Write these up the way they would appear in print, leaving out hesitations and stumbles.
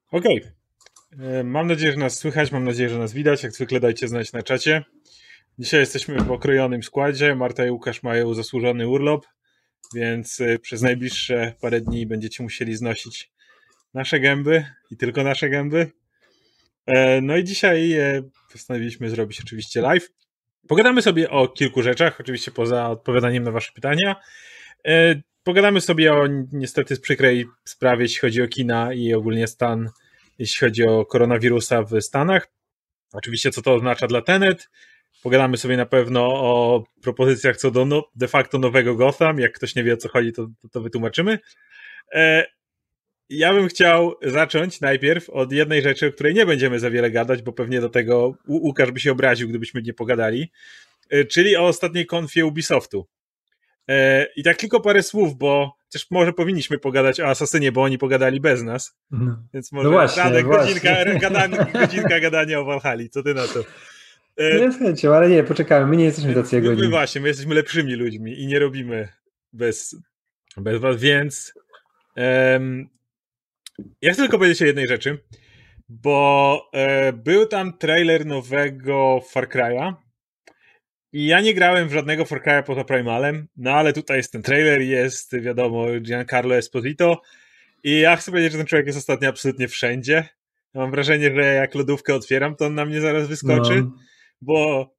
Okej. Mam nadzieję, że nas słychać, mam nadzieję, że nas widać. Jak zwykle dajcie znać na czacie. Dzisiaj jesteśmy w okrojonym składzie. Marta i Łukasz mają zasłużony urlop, więc przez najbliższe parę dni będziecie musieli znosić nasze gęby i tylko nasze gęby. No i dzisiaj postanowiliśmy zrobić oczywiście live. Pogadamy sobie o kilku rzeczach, oczywiście poza odpowiadaniem na wasze pytania. Pogadamy sobie o niestety przykrej sprawie, jeśli chodzi o kina i ogólnie stan, jeśli chodzi o koronawirusa w Stanach. Oczywiście co to oznacza dla Tenet. Pogadamy sobie na pewno o propozycjach co do de facto nowego Gotham. Jak ktoś nie wie, o co chodzi, to wytłumaczymy. Ja bym chciał zacząć najpierw od jednej rzeczy, o której nie będziemy za wiele gadać, bo pewnie do tego Łukasz by się obraził, gdybyśmy nie pogadali, czyli o ostatniej konfie Ubisoftu. I tak tylko parę słów, bo też może powinniśmy pogadać o Asasynie, bo oni pogadali bez nas. Więc może właśnie. godzinka gadania o Valhalli. Co ty na to? Nie z chęcią, ale nie, poczekamy. My nie jesteśmy tacy jak oni. My jesteśmy lepszymi ludźmi i nie robimy bez was, więc ja chcę tylko powiedzieć o jednej rzeczy, bo był tam trailer nowego Far Cry'a i ja nie grałem w żadnego Far Cry'a poza Primalem, no ale tutaj jest ten trailer, jest wiadomo Giancarlo Esposito i ja chcę powiedzieć, że ten człowiek jest ostatnio absolutnie wszędzie. Ja mam wrażenie, że jak lodówkę otwieram, to on na mnie zaraz wyskoczy, bo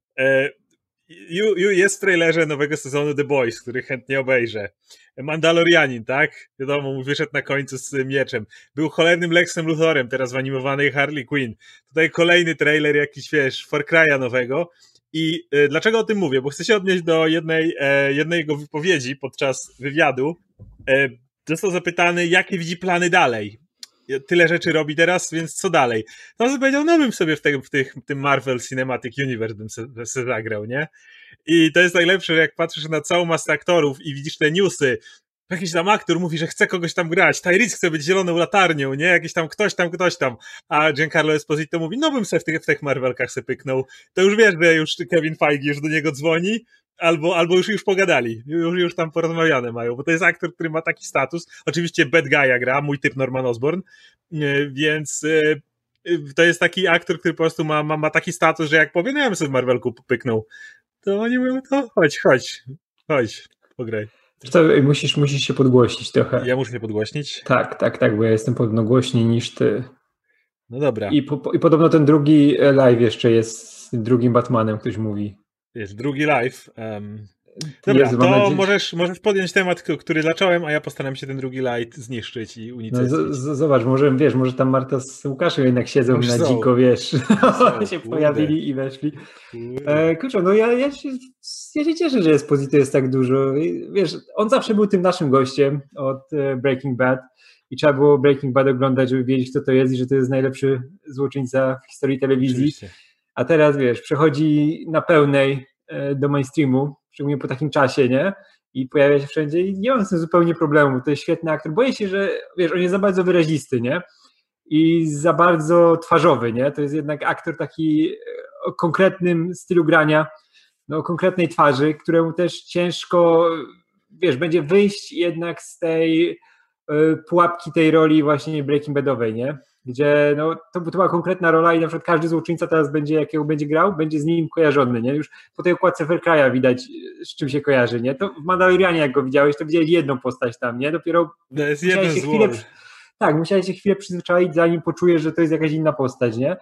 jest w trailerze nowego sezonu The Boys, który chętnie obejrzę. Mandalorianin, tak? Wiadomo, wyszedł na końcu z mieczem. Był cholernym Lexem Luthorem, teraz w animowanej Harley Quinn. Tutaj kolejny trailer jakiś, wiesz, Far Cry'a nowego. I dlaczego o tym mówię? Bo chcę się odnieść do jednej jego wypowiedzi podczas wywiadu. Został zapytany, jakie widzi plany dalej. Tyle rzeczy robi teraz, więc co dalej? No on powiedział, no bym sobie w tym Marvel Cinematic Universe bym se zagrał, nie? I to jest najlepsze, że jak patrzysz na całą masę aktorów i widzisz te newsy, jakiś tam aktor mówi, że chce kogoś tam grać, Tyrese chce być zieloną latarnią, nie? Jakiś tam ktoś tam, a Giancarlo Esposito mówi, no bym se w tych Marvelkach se pyknął. To już wiesz, że już Kevin Feige już do niego dzwoni, albo już pogadali, już tam porozmawiane mają, bo to jest aktor, który ma taki status, oczywiście bad guy'a gra, mój typ Norman Osborn, więc to jest taki aktor, który po prostu ma taki status, że jak powie, no ja bym sobie w Marvelku pyknął, to oni mówią, to chodź, pograj. To musisz się podgłośnić trochę. Ja muszę się podgłośnić? Tak, bo ja jestem podobno głośniej niż ty. No dobra. I podobno ten drugi live jeszcze jest drugim Batmanem, ktoś mówi. Jest drugi live. Dobra, jest, to możesz podjąć temat, który zacząłem, a ja postaram się ten drugi light zniszczyć i unicestwić. No, zobacz, może tam Marta z Łukaszem jednak siedzą na dziko, wiesz. Oni się pojawili i weszli. Kurczę, no ja się cieszę, że Esposito jest tak dużo. Wiesz, on zawsze był tym naszym gościem od Breaking Bad i trzeba było Breaking Bad oglądać, żeby wiedzieć, kto to jest i że to jest najlepszy złoczyńca w historii telewizji. Oczywiście. A teraz, wiesz, przechodzi na pełnej do mainstreamu, szczególnie po takim czasie, nie? I pojawia się wszędzie i nie mam z tym zupełnie problemu. To jest świetny aktor. Boję się, że wiesz, on jest za bardzo wyrazisty, nie? I za bardzo twarzowy, nie? To jest jednak aktor taki o konkretnym stylu grania, no, o konkretnej twarzy, któremu też ciężko, wiesz, będzie wyjść jednak z tej pułapki tej roli właśnie Breaking Badowej, nie? Gdzie no, to była konkretna rola i na przykład każdy złoczyńca teraz jakiego będzie grał, będzie z nim kojarzony, nie? Już po tej okładce Far Cry'a widać, z czym się kojarzy, nie? To w Mandalorianie, jak go widziałeś, to widziałeś jedną postać tam, nie? Dopiero to jest musiałeś się chwilę przyzwyczaić, zanim poczujesz, że to jest jakaś inna postać, nie?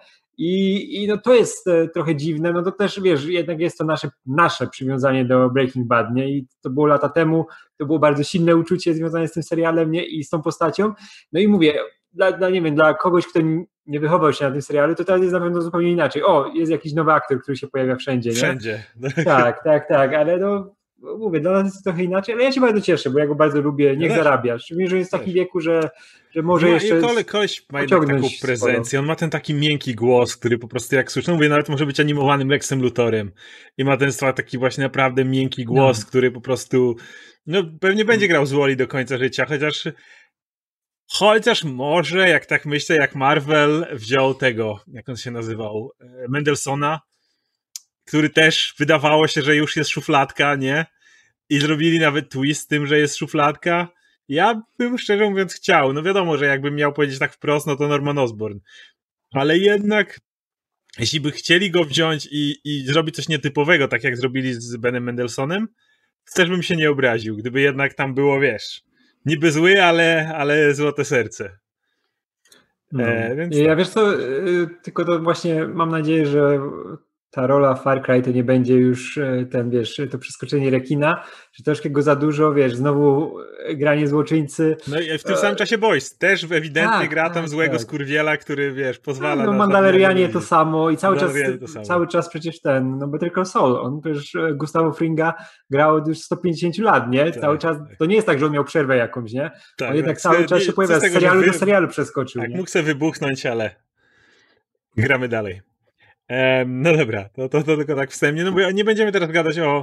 I no to jest trochę dziwne, no to też, wiesz, jednak jest to nasze przywiązanie do Breaking Bad, nie? I to było lata temu, to było bardzo silne uczucie związane z tym serialem, nie? I z tą postacią. No i mówię, dla kogoś, kto nie wychował się na tym serialu, to teraz jest na pewno zupełnie inaczej. O, jest jakiś nowy aktor, który się pojawia wszędzie, nie? Wszędzie. Tak, ale no mówię, dla nas jest trochę inaczej, ale ja się bardzo cieszę, bo ja go bardzo lubię, niech zarabia. Szczególnie, że jest w takim wieku, że może jeszcze koleś ma jednak taką prezencję, on ma ten taki miękki głos, który po prostu jak słyszę, mówię, nawet może być animowanym Lexem Luthorem i ma ten taki właśnie naprawdę miękki głos, który po prostu no pewnie będzie grał z Wall-E do końca życia, chociaż może, jak tak myślę, jak Marvel wziął tego, jak on się nazywał, Mendelssohna, który też wydawało się, że już jest szufladka, nie? I zrobili nawet twist z tym, że jest szufladka Ja bym szczerze mówiąc chciał. No wiadomo, że jakbym miał powiedzieć tak wprost, no to Norman Osborn. Ale jednak jeśli by chcieli go wziąć i zrobić coś nietypowego, tak jak zrobili z Benem Mendelsohnem, też bym się nie obraził, gdyby jednak tam było, wiesz, niby zły, ale złote serce. No. Więc ja wiesz co, tylko to właśnie mam nadzieję, że ta rola Far Cry to nie będzie już ten, wiesz, to przeskoczenie rekina, że troszkę go za dużo, wiesz, znowu granie złoczyńcy. No i w tym samym czasie Boys też ewidentnie gra tam złego skurwiela, który, wiesz, pozwala no, na... Mandalorianie to samo i cały czas przecież no Better Call Saul, on przecież Gustavo Fringa grał od już 150 lat, nie? Cały czas, to nie jest tak, że on miał przerwę jakąś, nie? On jednak cały czas się pojawia, z serialu do serialu przeskoczył. Tak, mógł sobie wybuchnąć, ale gramy dalej. No dobra, to tylko tak wstępnie, no bo nie będziemy teraz gadać o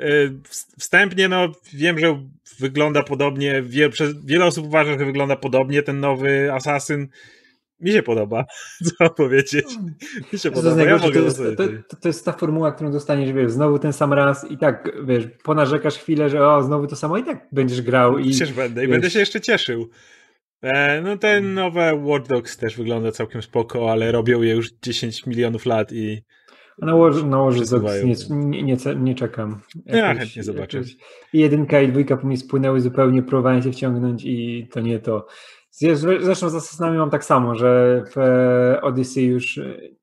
wstępnie, no wiem, że wygląda podobnie, wiele osób uważa, że wygląda podobnie ten nowy Assassin. Mi się podoba, co powiedzieć. Mi się podoba. To jest ta formuła, którą dostaniesz, wiesz, znowu ten sam raz i tak, wiesz, ponarzekasz chwilę, że znowu to samo i tak będziesz grał. Przecież będę i będę się jeszcze cieszył. No te nowe Watch Dogs też wygląda całkiem spoko, ale robią je już 10 milionów lat i... Na Watch Dogs nie czekam. Ja chętnie zobaczę. I 1 i 2 po mnie spłynęły zupełnie, próbowałem się wciągnąć i to nie to. Zresztą z Assassinami mam tak samo, że w Odyssey już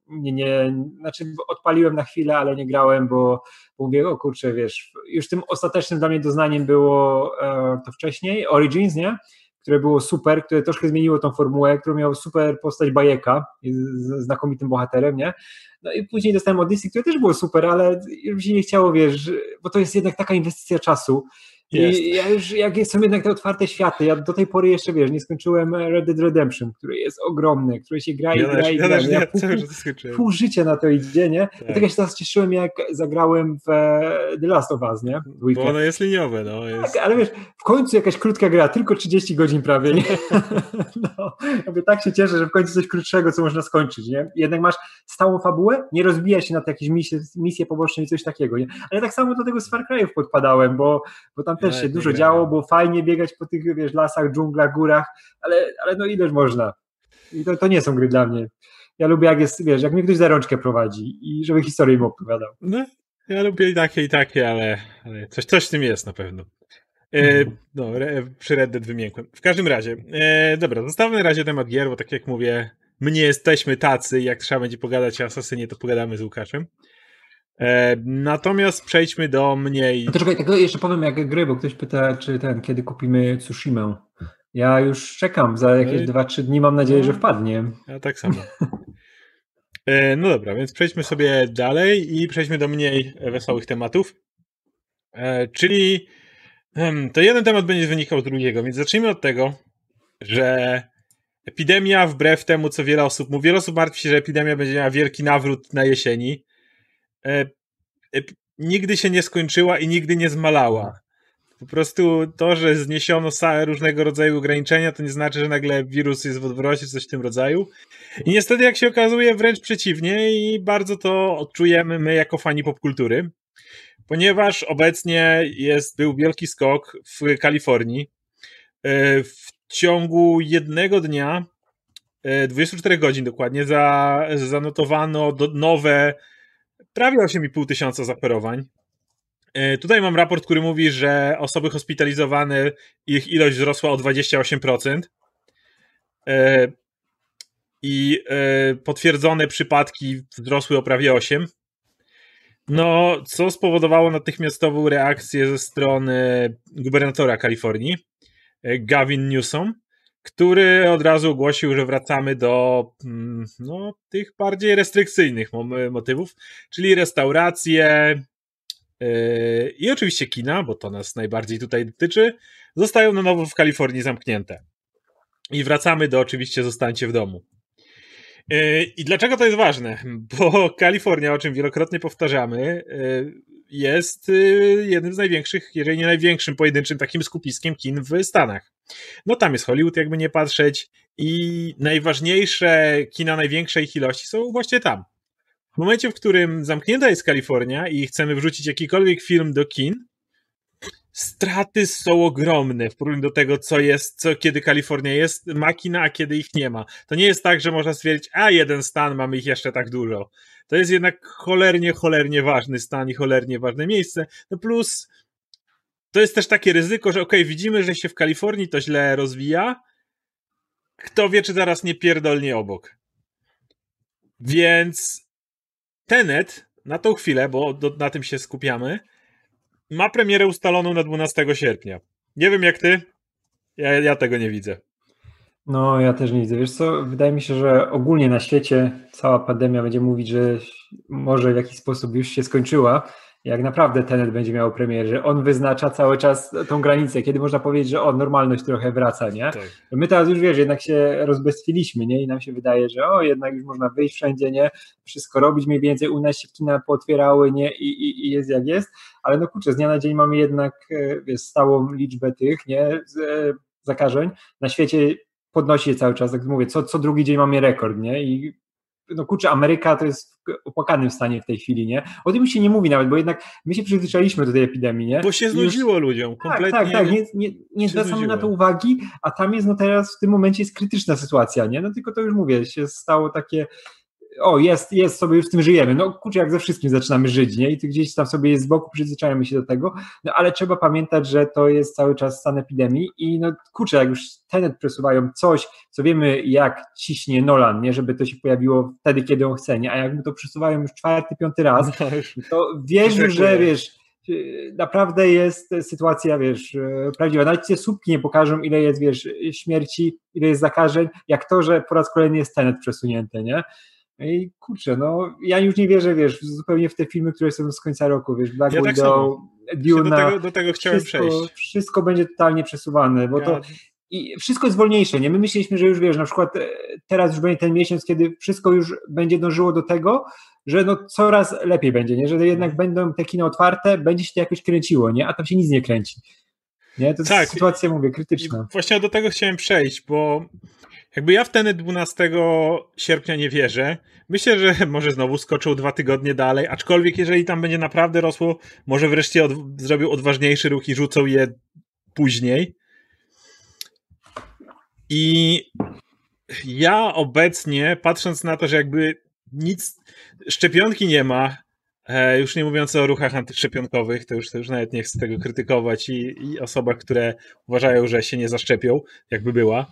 znaczy odpaliłem na chwilę, ale nie grałem, bo mówię, o kurczę, wiesz, już tym ostatecznym dla mnie doznaniem było to wcześniej, Origins, nie? Które było super, które troszkę zmieniło tą formułę, które miało super postać Bayeka, z znakomitym bohaterem, nie? No i później dostałem Odyssey, które też było super, ale już mi się nie chciało, wiesz, bo to jest jednak taka inwestycja czasu. I ja już, jak są jednak te otwarte światy, ja do tej pory jeszcze, wiesz, nie skończyłem Red Dead Redemption, który jest ogromny, który się gra i gra. Pół życia na to idzie, nie? Tak. Dlatego się teraz cieszyłem, jak zagrałem w The Last of Us, nie? Bo ono jest liniowe, no. Jest... Tak, ale wiesz, w końcu jakaś krótka gra, tylko 30 godzin prawie, nie? No, jakby tak się cieszę, że w końcu coś krótszego, co można skończyć, nie? Jednak masz stałą fabułę, nie rozbija się na te jakieś misje poboczne i coś takiego, nie? Ale tak samo do tego z Far Cry'ów podpadałem, bo tam też się dużo działo, było fajnie biegać po tych, wiesz, lasach, dżunglach, górach, ale no ileż można. I to nie są gry dla mnie. Ja lubię, jak jest, wiesz, jak mnie ktoś za rączkę prowadzi i żeby historię im opowiadał. No, ja lubię i takie, ale coś w tym jest na pewno. No, przy Red Dead wymiękłem. W każdym razie, dobra, zostawmy na razie temat gier, bo tak jak mówię, my nie jesteśmy tacy, jak trzeba będzie pogadać o Asasynie, to pogadamy z Łukaszem. Natomiast przejdźmy do mniej... To czekaj, tego jeszcze powiem jak gry, bo ktoś pyta, kiedy kupimy Tsushimę. Ja już czekam, za jakieś 2-3 dni mam nadzieję, że wpadnie. Ja tak samo. No dobra, więc przejdźmy sobie dalej i przejdźmy do mniej wesołych tematów. Czyli to jeden temat będzie wynikał z drugiego, więc zacznijmy od tego, że epidemia, wbrew temu, co wiele osób mówi, wiele osób martwi się, że epidemia będzie miała wielki nawrót na jesieni. Nigdy się nie skończyła i nigdy nie zmalała. Po prostu to, że zniesiono różnego rodzaju ograniczenia, to nie znaczy, że nagle wirus jest w odwrocie, coś w tym rodzaju. I niestety, jak się okazuje, wręcz przeciwnie i bardzo to odczujemy my jako fani popkultury, ponieważ obecnie był wielki skok w Kalifornii. W ciągu jednego dnia, 24 godzin dokładnie, zanotowano nowe prawie 8,5 tysiąca zachorowań. Tutaj mam raport, który mówi, że osoby hospitalizowane, ich ilość wzrosła o 28%. I potwierdzone przypadki wzrosły o prawie 8%. No, co spowodowało natychmiastową reakcję ze strony gubernatora Kalifornii, Gavin Newsom, który od razu ogłosił, że wracamy do tych bardziej restrykcyjnych motywów, czyli restauracje i oczywiście kina, bo to nas najbardziej tutaj dotyczy, zostają na nowo w Kalifornii zamknięte. I wracamy do oczywiście zostańcie w domu. I dlaczego to jest ważne? Bo Kalifornia, o czym wielokrotnie powtarzamy, jest jednym z największych, jeżeli nie największym pojedynczym takim skupiskiem kin w Stanach. No tam jest Hollywood, jakby nie patrzeć, i najważniejsze kina największej ich ilości są właśnie tam. W momencie, w którym zamknięta jest Kalifornia i chcemy wrzucić jakikolwiek film do kin, straty są ogromne w porównaniu do tego, kiedy Kalifornia jest makina, a kiedy ich nie ma. To nie jest tak, że można stwierdzić, jeden stan, mamy ich jeszcze tak dużo. To jest jednak cholernie ważny stan i cholernie ważne miejsce. No plus to jest też takie ryzyko, że widzimy, że się w Kalifornii to źle rozwija. Kto wie, czy zaraz nie pierdolnie obok. Więc Tenet na tą chwilę, bo na tym się skupiamy, ma premierę ustaloną na 12 sierpnia. Nie wiem jak ty, ja tego nie widzę. No, ja też nie widzę. Wiesz co, wydaje mi się, że ogólnie na świecie cała pandemia będzie mówić, że może w jakiś sposób już się skończyła. Jak naprawdę Tenet będzie miał premierę, że on wyznacza cały czas tą granicę, kiedy można powiedzieć, że normalność trochę wraca, nie? Tak. My teraz już, wiesz, jednak się rozbestwiliśmy, nie? I nam się wydaje, że jednak już można wyjść wszędzie, nie? Wszystko robić mniej więcej, u nas się kina pootwierały, nie? I jest jak jest, ale no kurczę, z dnia na dzień mamy jednak, wiesz, stałą liczbę tych, nie? Zakażeń. Na świecie podnosi się cały czas, tak mówię, co drugi dzień mamy rekord, nie? I no kurczę, Ameryka to jest w opłakanym stanie w tej chwili, nie? O tym się nie mówi nawet, bo jednak my się przyzwyczailiśmy do tej epidemii, nie? Bo się znudziło ludziom, kompletnie. Tak, nie zwracamy na to uwagi, a tam jest no teraz w tym momencie jest krytyczna sytuacja, nie? No tylko to już mówię, się stało takie jest sobie, już z tym żyjemy. No kurczę, jak ze wszystkim zaczynamy żyć, nie? I to gdzieś tam sobie jest z boku, przyzwyczajamy się do tego, no ale trzeba pamiętać, że to jest cały czas stan epidemii i no kurczę, jak już Tenet przesuwają coś, co wiemy jak ciśnie Nolan, nie? Żeby to się pojawiło wtedy, kiedy on chce, nie? A jakby to przesuwają już 4., 5. raz, to wiesz już, że wiesz, naprawdę jest sytuacja, wiesz, prawdziwa. Nawet ci słupki nie pokażą, ile jest, wiesz, śmierci, ile jest zakażeń, jak to, że po raz kolejny jest Tenet przesunięty, nie? I kurczę, no ja już nie wierzę, wiesz, zupełnie w te filmy, które są z końca roku, wiesz, Black Widow, Dune, do tego chciałem przejść. Wszystko będzie totalnie przesuwane, bo to i wszystko jest wolniejsze, nie? My myśleliśmy, że już wiesz, na przykład teraz już będzie ten miesiąc, kiedy wszystko już będzie dążyło do tego, że no coraz lepiej będzie, nie? Że jednak będą te kina otwarte, będzie się to jakoś kręciło, nie? A tam się nic nie kręci. Nie? To jest sytuacja, mówię, krytyczna. Właśnie do tego chciałem przejść, bo jakby ja w Tenet 12 sierpnia nie wierzę. Myślę, że może znowu skoczył 2 tygodnie dalej, aczkolwiek jeżeli tam będzie naprawdę rosło, może wreszcie zrobił odważniejszy ruch i rzucą je później. I ja obecnie, patrząc na to, że jakby szczepionki nie ma, już nie mówiąc o ruchach antyszczepionkowych, to już nawet nie chcę tego krytykować i osobach, które uważają, że się nie zaszczepią, jakby była.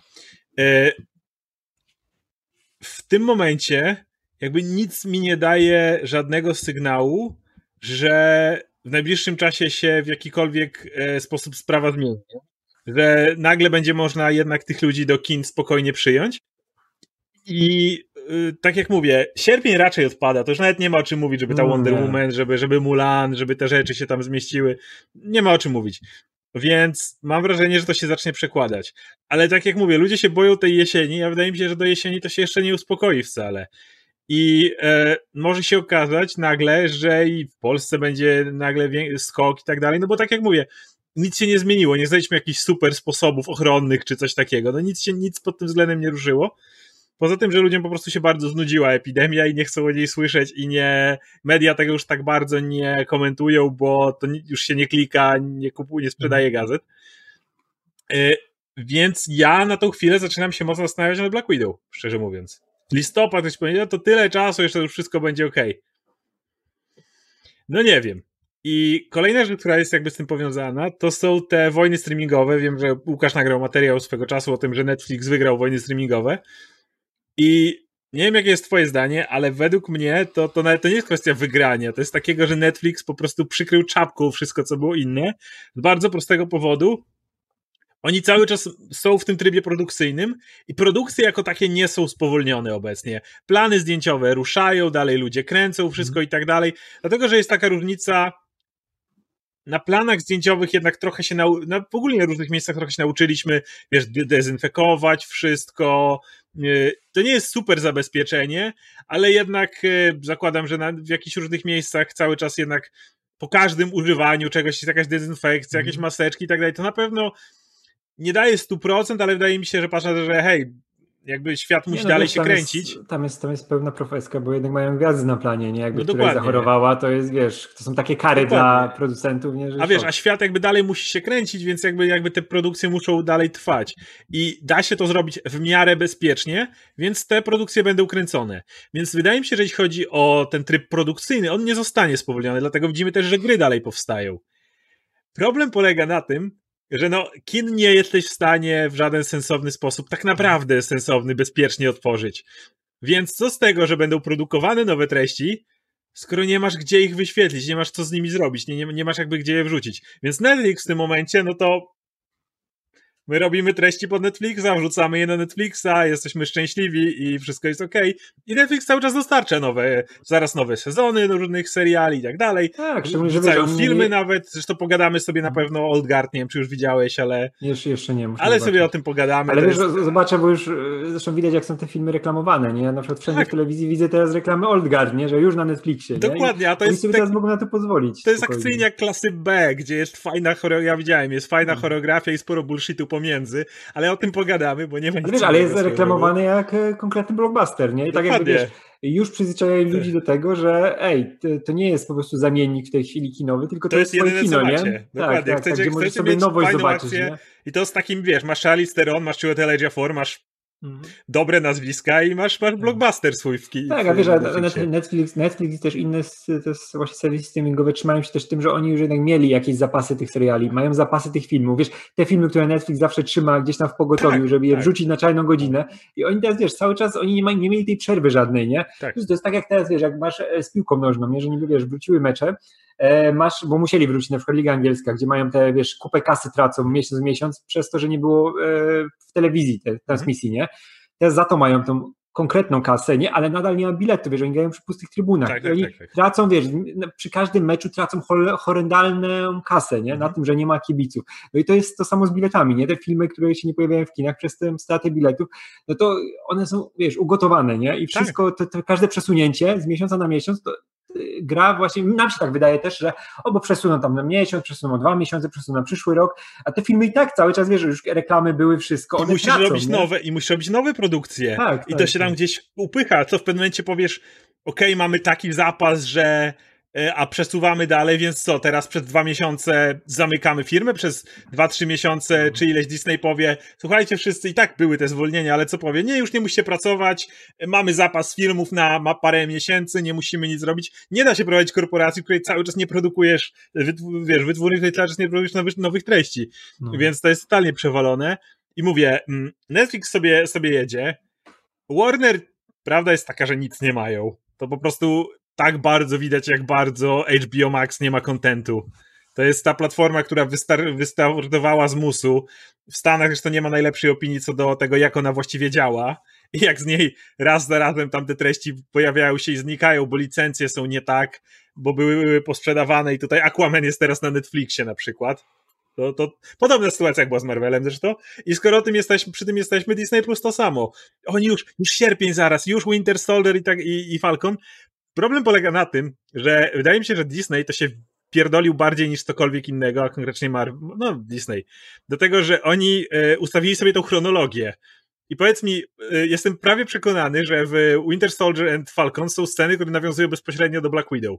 W tym momencie jakby nic mi nie daje żadnego sygnału, że w najbliższym czasie się w jakikolwiek sposób sprawa zmieni. Że nagle będzie można jednak tych ludzi do kin spokojnie przyjąć. I tak jak mówię, sierpień raczej odpada, to już nawet nie ma o czym mówić, żeby ta Wonder Woman, żeby Mulan, żeby te rzeczy się tam zmieściły. Nie ma o czym mówić. Więc mam wrażenie, że to się zacznie przekładać. Ale tak jak mówię, ludzie się boją tej jesieni, a wydaje mi się, że do jesieni to się jeszcze nie uspokoi wcale. I może się okazać nagle, że i w Polsce będzie nagle skok i tak dalej, no bo tak jak mówię, nic się nie zmieniło, nie znaleźliśmy jakichś super sposobów ochronnych czy coś takiego, no nic pod tym względem nie ruszyło. Poza tym, że ludziom po prostu się bardzo znudziła epidemia i nie chcą o niej słyszeć i media tego już tak bardzo nie komentują, bo to już się nie klika, nie kupuje, nie sprzedaje gazet. Więc ja na tą chwilę zaczynam się mocno zastanawiać nad Black Widow, szczerze mówiąc. Listopad, ktoś powiedział, to tyle czasu, jeszcze już wszystko będzie okej. No nie wiem. I kolejna rzecz, która jest jakby z tym powiązana, to są te wojny streamingowe. Wiem, że Łukasz nagrał materiał swego czasu o tym, że Netflix wygrał wojny streamingowe. I nie wiem, jakie jest twoje zdanie, ale według mnie to nawet to nie jest kwestia wygrania. To jest takiego, że Netflix po prostu przykrył czapką wszystko, co było inne. Z bardzo prostego powodu. Oni cały czas są w tym trybie produkcyjnym i produkcje jako takie nie są spowolnione obecnie. Plany zdjęciowe ruszają, dalej ludzie kręcą, wszystko i tak dalej. Dlatego, że jest taka różnica. Na planach zdjęciowych jednak trochę się w ogóle na różnych miejscach trochę się nauczyliśmy, wiesz, dezynfekować wszystko. To nie jest super zabezpieczenie, ale jednak zakładam, że w jakichś różnych miejscach cały czas jednak po każdym używaniu czegoś jest jakaś dezynfekcja, jakieś maseczki i tak dalej. To na pewno nie daje 100%, ale wydaje mi się, że patrzę, że hej, jakby świat musi dalej się kręcić. Tam jest pełna profeska, bo jednak mają gwiazdy na planie, nie? Jakby któraś zachorowała, to jest, wiesz, to są takie kary dla producentów, nie? Że a wiesz, a świat jakby dalej musi się kręcić, więc jakby te produkcje muszą dalej trwać. I da się to zrobić w miarę bezpiecznie, więc te produkcje będą kręcone. Więc wydaje mi się, że jeśli chodzi o ten tryb produkcyjny, on nie zostanie spowolniony, dlatego widzimy też, że gry dalej powstają. Problem polega na tym, że kin nie jesteś w stanie w żaden sensowny sposób, tak naprawdę sensowny, bezpiecznie otworzyć. Więc co z tego, że będą produkowane nowe treści, skoro nie masz gdzie ich wyświetlić, nie masz co z nimi zrobić, nie masz jakby gdzie je wrzucić. Więc Netflix w tym momencie, to my robimy treści pod Netflixa, wrzucamy je na Netflixa, jesteśmy szczęśliwi i wszystko jest okej. I Netflix cały czas dostarcza zaraz nowe sezony do różnych seriali i tak dalej. Tak, wrzucają filmy nawet, zresztą pogadamy sobie na pewno o Old Guard, nie wiem czy już widziałeś, ale... Jeszcze nie. Ale sobie o tym pogadamy. Ale wiesz, zobaczę, bo już zresztą widać jak są te filmy reklamowane, nie? Ja na przykład wszędzie w telewizji widzę teraz reklamy Old Guard, nie? Że już na Netflixie. Dokładnie, a to jest... Oni sobie teraz mogą na to pozwolić. To jest akcyjnia klasy B, gdzie jest fajna choreografia i sporo bullshitu pomiędzy, ale o tym pogadamy, bo nie ma nic. Ale jest reklamowany jak konkretny blockbuster, nie? I tak jakby wiesz, już przyzwyczajają ludzi do tego, że to nie jest po prostu zamiennik w tej chwili kinowy, tylko to jest twoje kino, nie? Dokładnie. Tak, gdzie możesz sobie nowość zobaczyć, nie? I to z takim, wiesz, masz Charlize Theron, masz Chiwetel Ejiofor, masz dobre nazwiska i masz blockbuster swój w kinie. Tak, a wiesz, Netflix i też inne właśnie serwisy streamingowe trzymają się też tym, że oni już jednak mieli jakieś zapasy tych seriali, mają zapasy tych filmów, wiesz, te filmy, które Netflix zawsze trzyma gdzieś tam w pogotowiu, żeby je wrzucić na czarną godzinę i oni teraz, wiesz, cały czas oni nie mieli tej przerwy żadnej, nie? Tak. To jest tak jak teraz, wiesz, jak masz z piłką nożną, nie? Że niby, wiesz, wróciły mecze, bo musieli wrócić, na przykład Liga Angielska, gdzie mają te, wiesz, kupę kasy tracą miesiąc w miesiąc przez to, że nie było w telewizji tej transmisji, nie? Teraz za to mają tą konkretną kasę, nie? Ale nadal nie ma biletu, wiesz, oni grają przy pustych trybunach. Tak, oni tracą, wiesz, przy każdym meczu tracą horrendalną kasę, nie? Na tym, że nie ma kibiców. No i to jest to samo z biletami, nie? Te filmy, które się nie pojawiają w kinach przez tę stratę biletów, no to one są, wiesz, ugotowane, nie? I wszystko, to każde przesunięcie z miesiąca na miesiąc, to gra właśnie, nam się tak wydaje też, że bo przesuną tam na miesiąc, przesuną o 2 miesiące, przesuną na przyszły rok, a te filmy i tak cały czas, wiesz, że już reklamy były, wszystko. I musisz robić nowe, i musisz robić nowe produkcje. Tak, I to się tam gdzieś upycha, co w pewnym momencie powiesz, okej, mamy taki zapas, że a przesuwamy dalej, więc co, teraz przez 2 miesiące zamykamy firmę, przez 2-3 miesiące, czy ileś Disney powie, słuchajcie wszyscy, i tak były te zwolnienia, ale co powie, nie, już nie musicie pracować, mamy zapas filmów na parę miesięcy, nie musimy nic robić, nie da się prowadzić korporacji, w której cały czas nie produkujesz, wiesz, wytwórni, w cały czas nie produkujesz nowych treści, więc to jest totalnie przewalone i mówię, Netflix sobie jedzie, Warner, prawda jest taka, że nic nie mają, to po prostu tak bardzo widać, jak bardzo HBO Max nie ma kontentu. To jest ta platforma, która wystartowała z musu. W Stanach zresztą nie ma najlepszej opinii co do tego, jak ona właściwie działa. I jak z niej raz za razem tam te treści pojawiają się i znikają, bo licencje są nie tak, bo były posprzedawane i tutaj Aquaman jest teraz na Netflixie na przykład. To podobna sytuacja jak była z Marvelem zresztą. I skoro przy tym jesteśmy, Disney Plus to samo. Oni już sierpień zaraz, już Winter Soldier i Falcon. Problem polega na tym, że wydaje mi się, że Disney to się pierdolił bardziej niż cokolwiek innego, a konkrecznie Disney. Do tego, że oni ustawili sobie tą chronologię. I powiedz mi, jestem prawie przekonany, że w Winter Soldier and Falcon są sceny, które nawiązują bezpośrednio do Black Widow.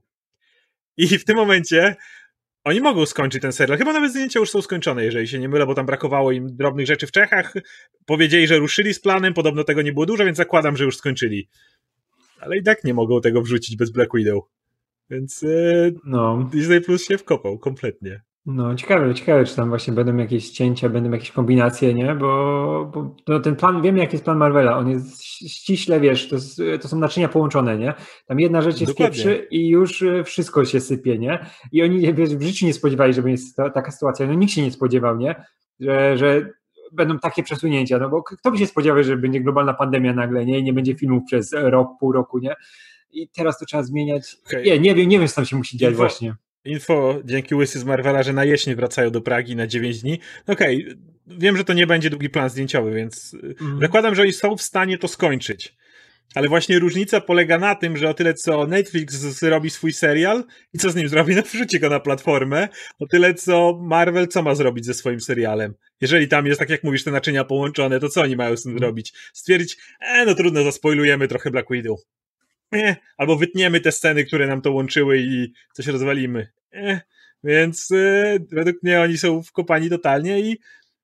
I w tym momencie oni mogą skończyć ten serial. Chyba nawet zdjęcia już są skończone, jeżeli się nie mylę, bo tam brakowało im drobnych rzeczy w Czechach. Powiedzieli, że ruszyli z planem, podobno tego nie było dużo, więc zakładam, że już skończyli. Ale i tak nie mogą tego wrzucić bez Black Widow. Więc Disney Plus się wkopał kompletnie. No ciekawe, czy tam właśnie będą jakieś cięcia, będą jakieś kombinacje, nie? Bo ten plan, wiemy jaki jest plan Marvela, on jest ściśle, wiesz, to są naczynia połączone, nie? Tam jedna rzecz jest pieprzy i już wszystko się sypie, nie? I oni, wiesz, w życiu nie spodziewali, że będzie taka sytuacja, no nikt się nie spodziewał, nie? Że będą takie przesunięcia, no bo kto by się spodziewał, że będzie globalna pandemia nagle, nie? I nie będzie filmów przez rok, pół roku, nie? I teraz to trzeba zmieniać. Okay. Nie wiem, co tam się musi dziać właśnie. Info dzięki Łysy z Marvela, że na jesień wracają do Pragi na 9 dni. Okej, wiem, że to nie będzie długi plan zdjęciowy, więc zakładam, że oni są w stanie to skończyć. ale właśnie różnica polega na tym, że o tyle co Netflix robi swój serial i co z nim zrobi, no wrzuci go na platformę, o tyle co Marvel co ma zrobić ze swoim serialem. Jeżeli tam jest, tak jak mówisz, te naczynia połączone, to co oni mają z tym zrobić? Stwierdzić, no trudno, zaspoilujemy trochę Black Widow. Albo wytniemy te sceny, które nam to łączyły i coś rozwalimy. Więc według mnie oni są wkopani totalnie i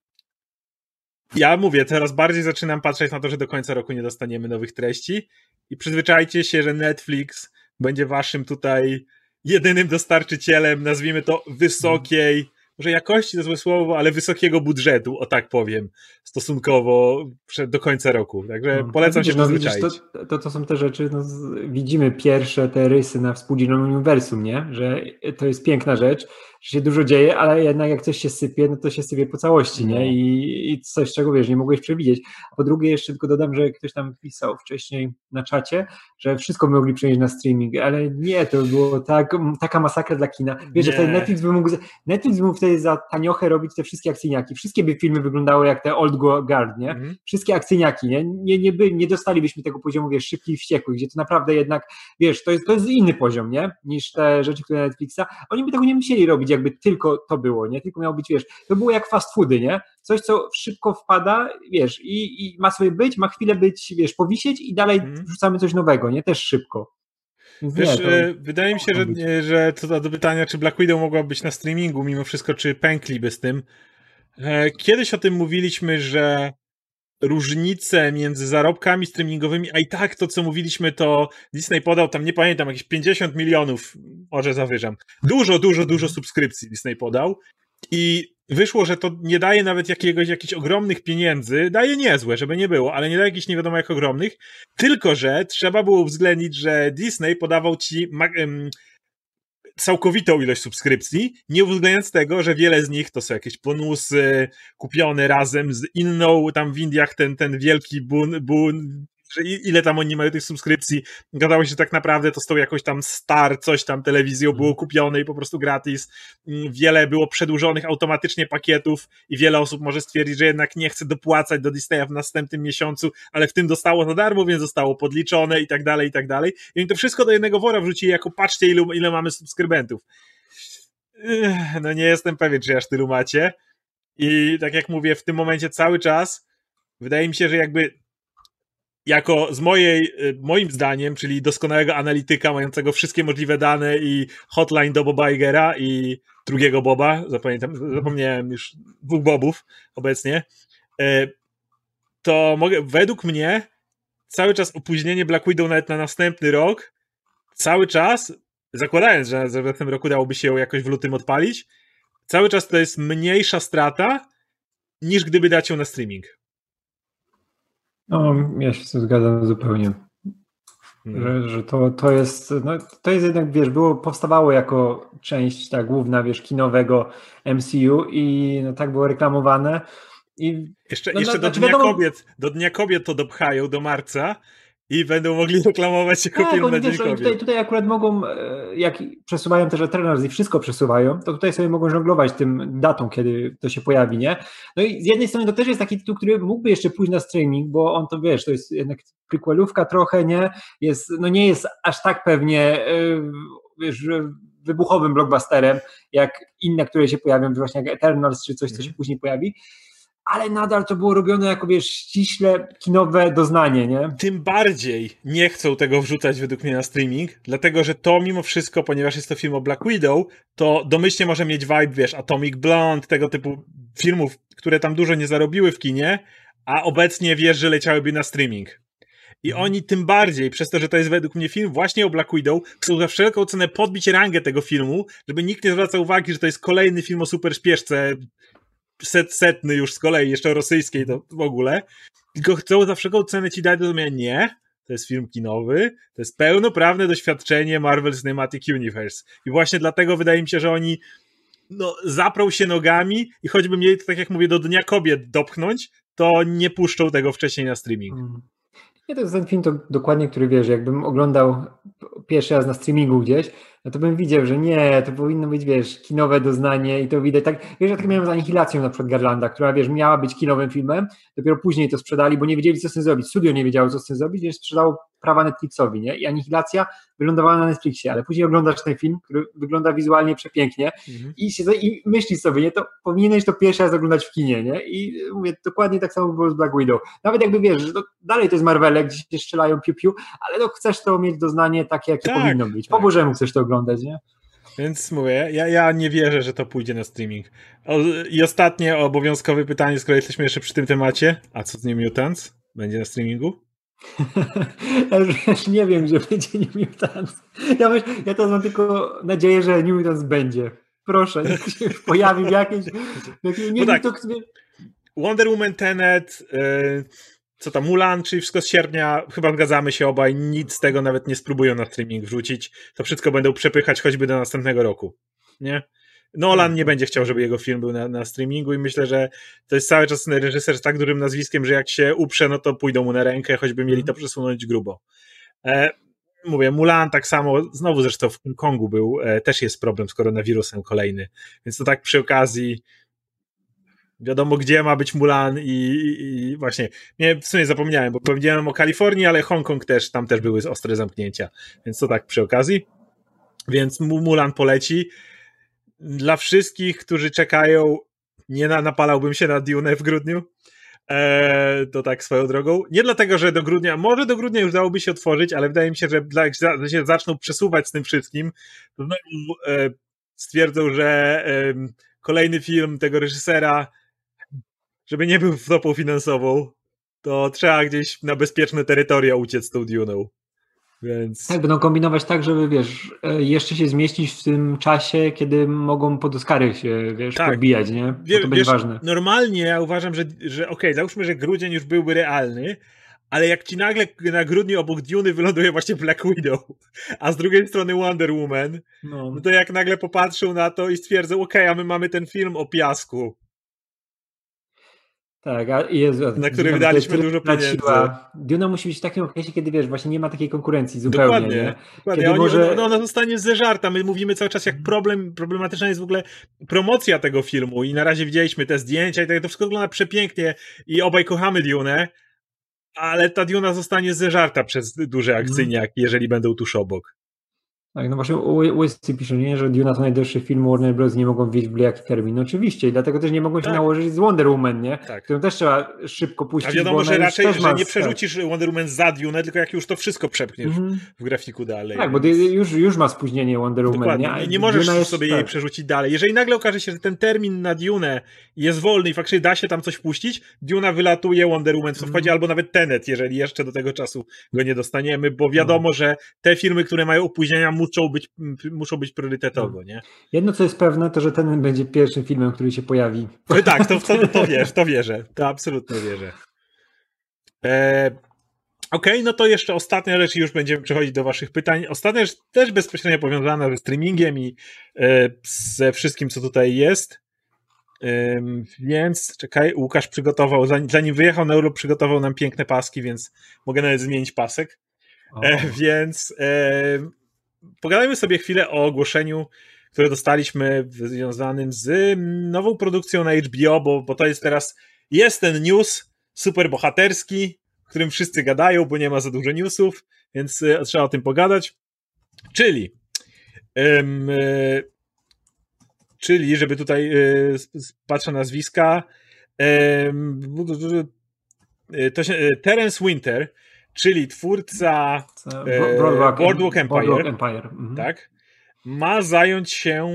ja mówię, teraz bardziej zaczynam patrzeć na to, że do końca roku nie dostaniemy nowych treści i przyzwyczajcie się, że Netflix będzie waszym tutaj jedynym dostarczycielem, nazwijmy to wysokiej, może jakości to złe słowo, ale wysokiego budżetu, o tak powiem, stosunkowo do końca roku. Także polecam się przyzwyczaić. To są te rzeczy, widzimy pierwsze te rysy na współdzielonym uniwersum, nie? Że to jest piękna rzecz, że się dużo dzieje, ale jednak jak coś się sypie, no to się sypie po całości, nie? I coś, czego wiesz, nie mogłeś przewidzieć. A po drugie jeszcze tylko dodam, że ktoś tam pisał wcześniej na czacie, że wszystko mogli przenieść na streaming, ale nie, to było taka masakra dla kina. Wiesz, że wtedy Netflix by mógł wtedy za taniochę robić te wszystkie akcyjniaki. Wszystkie by filmy wyglądały jak te Old Guard, nie? Wszystkie akcyjniaki, nie? Nie dostalibyśmy tego poziomu, wiesz, Szybkich i Wściekłych, gdzie to naprawdę jednak, wiesz, to jest inny poziom, nie? Niż te rzeczy, które Netflixa. Oni by tego nie musieli robić, jakby tylko to było, nie? Tylko miało być, wiesz, to było jak fast foody, nie? Coś, co szybko wpada, wiesz, i ma sobie być, ma chwilę być, wiesz, powisieć i dalej wrzucamy coś nowego, nie? Też szybko. Wiesz, wydaje mi się, że co do pytania, czy Black Widow mogła być na streamingu mimo wszystko, czy pękliby z tym. Kiedyś o tym mówiliśmy, że różnice między zarobkami streamingowymi, a i tak to, co mówiliśmy, to Disney podał tam, nie pamiętam, jakieś 50 milionów, może zawyżam. Dużo subskrypcji Disney podał i wyszło, że to nie daje nawet jakichś ogromnych pieniędzy, daje niezłe, żeby nie było, ale nie daje jakichś nie wiadomo jak ogromnych, tylko że trzeba było uwzględnić, że Disney podawał ci całkowitą ilość subskrypcji, nie uwzględniając tego, że wiele z nich to są jakieś bonusy kupione razem z inną, tam w Indiach ten wielki bun, że ile tam oni mają tych subskrypcji, gadało się, że tak naprawdę to z tą jakoś tam coś tam telewizją było kupione i po prostu gratis, wiele było przedłużonych automatycznie pakietów i wiele osób może stwierdzić, że jednak nie chce dopłacać do Disneya w następnym miesiącu, ale w tym dostało za darmo, więc zostało podliczone i tak dalej, i oni to wszystko do jednego wora wrzucili jako patrzcie ile mamy subskrybentów. No nie jestem pewien, czy aż tylu macie i tak jak mówię, w tym momencie cały czas wydaje mi się, że jakby jako moim zdaniem, czyli doskonałego analityka mającego wszystkie możliwe dane i hotline do Boba Igera i drugiego Boba, zapomniałem już 2 Bobów obecnie, to według mnie cały czas opóźnienie Black Widow nawet na następny rok, cały czas, zakładając, że w tym roku dałoby się ją jakoś w lutym odpalić, cały czas to jest mniejsza strata niż gdyby dać ją na streaming. No, ja się zgadzam zupełnie. Że to jest, no, to jest jednak, wiesz, powstawało jako część ta główna, wiesz, kinowego MCU i no, tak było reklamowane. I, jeszcze do Dnia Kobiet to dopchają do marca i będą mogli reklamować jako film na Dzień Kobiet. Tutaj akurat mogą, jak przesuwają też Eternals i wszystko przesuwają, to tutaj sobie mogą żonglować tym datą, kiedy to się pojawi, nie? No i z jednej strony to też jest taki tytuł, który mógłby jeszcze pójść na streaming, bo on to, wiesz, to jest jednak prequelówka trochę, nie? Nie jest aż tak pewnie, wiesz, wybuchowym blockbusterem, jak inne, które się pojawią, właśnie jak Eternals, czy coś, co się później pojawi, ale nadal to było robione jako, wiesz, ściśle kinowe doznanie, nie? Tym bardziej nie chcą tego wrzucać według mnie na streaming, dlatego, że to mimo wszystko, ponieważ jest to film o Black Widow, to domyślnie może mieć vibe, wiesz, Atomic Blonde, tego typu filmów, które tam dużo nie zarobiły w kinie, a obecnie, wiesz, że leciałyby na streaming. I oni tym bardziej, przez to, że to jest według mnie film właśnie o Black Widow, chcą za wszelką cenę podbić rangę tego filmu, żeby nikt nie zwracał uwagi, że to jest kolejny film o super śpieszce, setny już z kolei, jeszcze rosyjskiej to w ogóle, tylko chcą za wszelką cenę ci dać do zrozumienia, nie, to jest film kinowy, to jest pełnoprawne doświadczenie Marvel Cinematic Universe. I właśnie dlatego wydaje mi się, że oni zaprą się nogami i choćby mieli to, tak jak mówię, do Dnia Kobiet dopchnąć, to nie puszczą tego wcześniej na streaming. Nie, to jest ten film, to dokładnie, który, wiesz, jakbym oglądał pierwszy raz na streamingu gdzieś, no to bym widział, że nie, to powinno być, wiesz, kinowe doznanie i to widać tak, wiesz, ja tak miałem z Anihilacją na przykład Garlanda, która, wiesz, miała być kinowym filmem, dopiero później to sprzedali, bo nie wiedzieli, co z tym zrobić, studio nie wiedziało, co z tym zrobić, więc sprzedało prawa Netflixowi, nie? I Anihilacja wylądowała na Netflixie, ale później oglądasz ten film, który wygląda wizualnie przepięknie i myślisz sobie, nie, to powinieneś to pierwszy raz oglądać w kinie, nie? I mówię, dokładnie tak samo było z Black Widow. Nawet jakby wiesz, że dalej to jest Marvelek, gdzie się strzelają piu-piu, ale no chcesz to mieć doznanie takie, jakie powinno być. Po Bożemu chcesz to oglądać, nie? Więc mówię, ja nie wierzę, że to pójdzie na streaming. I ostatnie obowiązkowe pytanie, skoro jesteśmy jeszcze przy tym temacie. A co z New Mutants? Będzie na streamingu? Ja już nie wiem, że będzie New Mutants. Ja to mam tylko nadzieję, że New Mutants będzie. Proszę, niech się już pojawi w jakiejś... Nie wiem, to... Wonder Woman, Tenet, co tam, Mulan, czyli wszystko z sierpnia, chyba zgadzamy się obaj, nic z tego nawet nie spróbują na streaming wrzucić. To wszystko będą przepychać choćby do następnego roku. Nie? Nolan nie będzie chciał, żeby jego film był na streamingu i myślę, że to jest cały czas reżyser z tak dużym nazwiskiem, że jak się uprze, no to pójdą mu na rękę, choćby mieli to przesunąć grubo. Mówię, Mulan tak samo, znowu zresztą w Hongkongu był, też jest problem z koronawirusem kolejny, więc to tak przy okazji wiadomo, gdzie ma być Mulan i właśnie, w sumie zapomniałem, bo powiedziałem o Kalifornii, ale Hongkong też, tam też były ostre zamknięcia, więc to tak przy okazji. Więc Mulan poleci. Dla wszystkich, którzy czekają, nie napalałbym się na Dune w grudniu, to tak swoją drogą. Nie dlatego, że do grudnia, może do grudnia już dałoby się otworzyć, ale wydaje mi się, że jak się zaczną przesuwać z tym wszystkim, to znowu stwierdzą, że kolejny film tego reżysera, żeby nie był wtopą finansową, to trzeba gdzieś na bezpieczne terytoria uciec z tą Dune'ą. Więc... Tak, będą kombinować tak, żeby wiesz, jeszcze się zmieścić w tym czasie, kiedy mogą pod Oscary się, wiesz, podbijać, nie? Bo to będzie ważne. Normalnie ja uważam, że okej, załóżmy, że grudzień już byłby realny, ale jak ci nagle na grudniu obok Duny wyląduje właśnie Black Widow, a z drugiej strony Wonder Woman, no to jak nagle popatrzą na to i stwierdzą, a my mamy ten film o piasku. Tak, a Jezu, na który wydaliśmy dużo pieniędzy. Duna musi być w takim okresie, kiedy wiesz, właśnie nie ma takiej konkurencji zupełnie. Dokładnie. Ona zostanie zeżarta. My mówimy cały czas, jak problematyczna jest w ogóle promocja tego filmu i na razie widzieliśmy te zdjęcia i tak, to wszystko wygląda przepięknie i obaj kochamy Dunę, ale ta Duna zostanie zeżarta przez duże akcyjniaki, jeżeli będą tuż obok. Tak, no właśnie Łyscy piszą, nie, że Duna to najdroższy film Warner Bros. Nie mogą wieść w byle jaki termin. No oczywiście i dlatego też nie mogą się nałożyć z Wonder Woman, nie? Tak. Którą też trzeba szybko puścić. A wiadomo, że raczej, że nie przerzucisz Wonder Woman za Dune, tylko jak już to wszystko przepchniesz w grafiku dalej. Tak, więc... bo już ma spóźnienie Wonder Woman. Nie możesz sobie jej przerzucić dalej. Jeżeli nagle okaże się, że ten termin na Dune jest wolny i faktycznie da się tam coś puścić, Duna wylatuje, Wonder Woman w wchodzi, albo nawet Tenet, jeżeli jeszcze do tego czasu go nie dostaniemy, bo wiadomo, że te filmy, które mają opóźnienia, muszą być priorytetowo, nie? Jedno, co jest pewne, to że ten będzie pierwszym filmem, który się pojawi. Tak, to wierzę. To absolutnie wierzę. Okej, no to jeszcze ostatnia rzecz i już będziemy przechodzić do waszych pytań. Ostatnia rzecz też bezpośrednio powiązana ze streamingiem i ze wszystkim, co tutaj jest. Więc czekaj, Łukasz przygotował, zanim wyjechał na urlop, przygotował nam piękne paski, więc mogę nawet zmienić pasek. Więc pogadajmy sobie chwilę o ogłoszeniu, które dostaliśmy związanym z nową produkcją na HBO, bo to jest teraz, jest ten news super bohaterski, w którym wszyscy gadają, bo nie ma za dużo newsów, więc trzeba o tym pogadać. Czyli żeby tutaj patrzę na nazwiska, Terence Winter, czyli twórca Boardwalk Empire. Tak, ma zająć się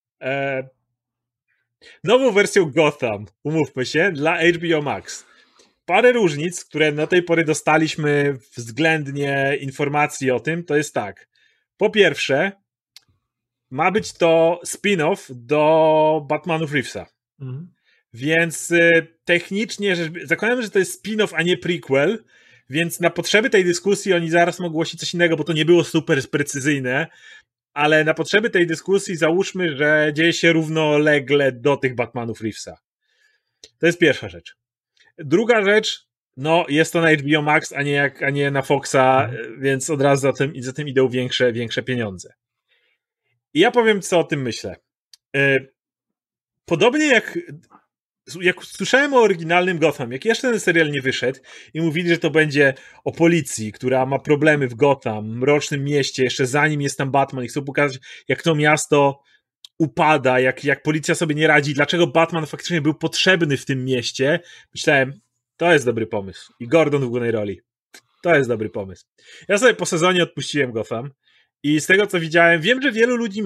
nową wersją Gotham, umówmy się, dla HBO Max. Parę różnic, które na tej pory dostaliśmy względnie informacji o tym, to jest tak. Po pierwsze, ma być to spin-off do Batmanów Reevesa. Więc technicznie zakładamy, że to jest spin-off, a nie prequel, więc na potrzeby tej dyskusji oni zaraz mogą głosić coś innego, bo to nie było super precyzyjne, ale na potrzeby tej dyskusji załóżmy, że dzieje się równolegle do tych Batmanów Reevesa. To jest pierwsza rzecz. Druga rzecz, no jest to na HBO Max, a nie na Foxa, więc od razu za tym idą większe pieniądze. I ja powiem, co o tym myślę. Podobnie jak jak słyszałem o oryginalnym Gotham, jak jeszcze ten serial nie wyszedł i mówili, że to będzie o policji, która ma problemy w Gotham, mrocznym mieście, jeszcze zanim jest tam Batman i chcą pokazać, jak to miasto upada, jak policja sobie nie radzi, dlaczego Batman faktycznie był potrzebny w tym mieście, myślałem, to jest dobry pomysł. I Gordon w głównej roli. To jest dobry pomysł. Ja sobie po sezonie odpuściłem Gotham i z tego, co widziałem, wiem, że wielu ludzi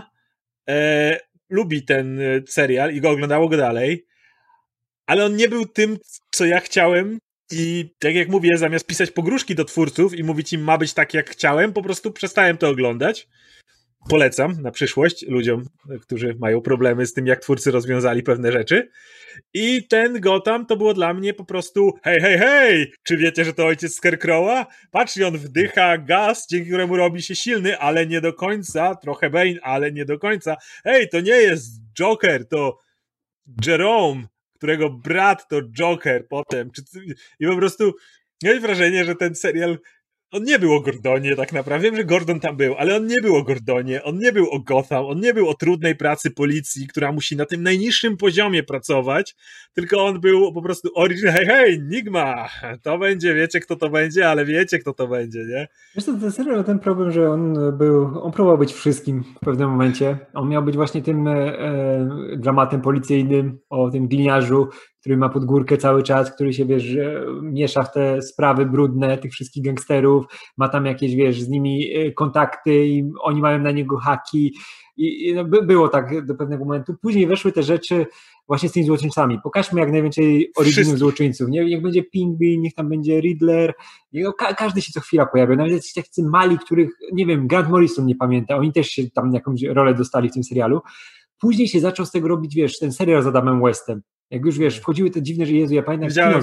lubi ten serial i oglądało go dalej, ale on nie był tym, co ja chciałem i tak jak mówię, zamiast pisać pogróżki do twórców i mówić im, ma być tak, jak chciałem, po prostu przestałem to oglądać. Polecam na przyszłość ludziom, którzy mają problemy z tym, jak twórcy rozwiązali pewne rzeczy. I ten Gotham to było dla mnie po prostu hej, czy wiecie, że to ojciec Scarecrowa? Patrzcie, on wdycha gaz, dzięki któremu robi się silny, ale nie do końca, trochę Bane, ale nie do końca. Hej, to nie jest Joker, to Jerome, którego brat to Joker potem. I po prostu miałem wrażenie, że ten serial on nie był o Gordonie tak naprawdę. Wiem, że Gordon tam był, ale on nie był o Gordonie, on nie był o Gotham, on nie był o trudnej pracy policji, która musi na tym najniższym poziomie pracować, tylko on był po prostu origin, hej, Enigma, to będzie, wiecie kto to będzie, ale wiecie kto to będzie, nie? Wiesz, to serio ten problem, że on próbował być wszystkim w pewnym momencie. On miał być właśnie tym dramatem policyjnym o tym gliniarzu, który ma pod górkę cały czas, który się, wiesz, miesza w te sprawy brudne tych wszystkich gangsterów, ma tam jakieś, wiesz, z nimi kontakty i oni mają na niego haki i było tak do pewnego momentu. Później weszły te rzeczy właśnie z tymi złoczyńcami. Pokażmy jak najwięcej oryginów złoczyńców. Niech będzie Pingwin, niech tam będzie Riddler. Każdy się co chwila pojawia. Nawet jacyś tacy mali, których, nie wiem, Grant Morrison nie pamięta. Oni też się tam jakąś rolę dostali w tym serialu. Później się zaczął z tego robić, wiesz, ten serial z Adamem Westem. Jak już, wiesz, wchodziły te dziwne, że Jezu, ja pamiętam, widziałem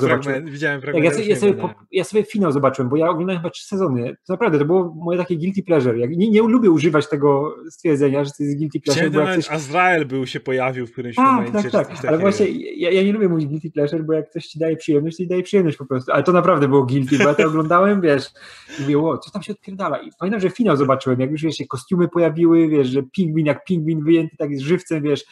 fragment. Ja sobie finał zobaczyłem, bo ja oglądałem chyba 3 sezony. To naprawdę, to było moje takie guilty pleasure. Nie lubię używać tego stwierdzenia, że to jest guilty pleasure. Bo jak coś... Azrael się pojawił w którymś momencie. Tak. Ale właśnie ja nie lubię mówić guilty pleasure, bo jak ktoś ci daje przyjemność, to ci daje przyjemność po prostu. Ale to naprawdę było guilty, bo ja to oglądałem, wiesz, i mówię, o, co tam się odpierdala. I pamiętam, że finał zobaczyłem, jak już, wiesz, się kostiumy pojawiły, wiesz, że pingwin wyjęty tak z żywcem, wiesz,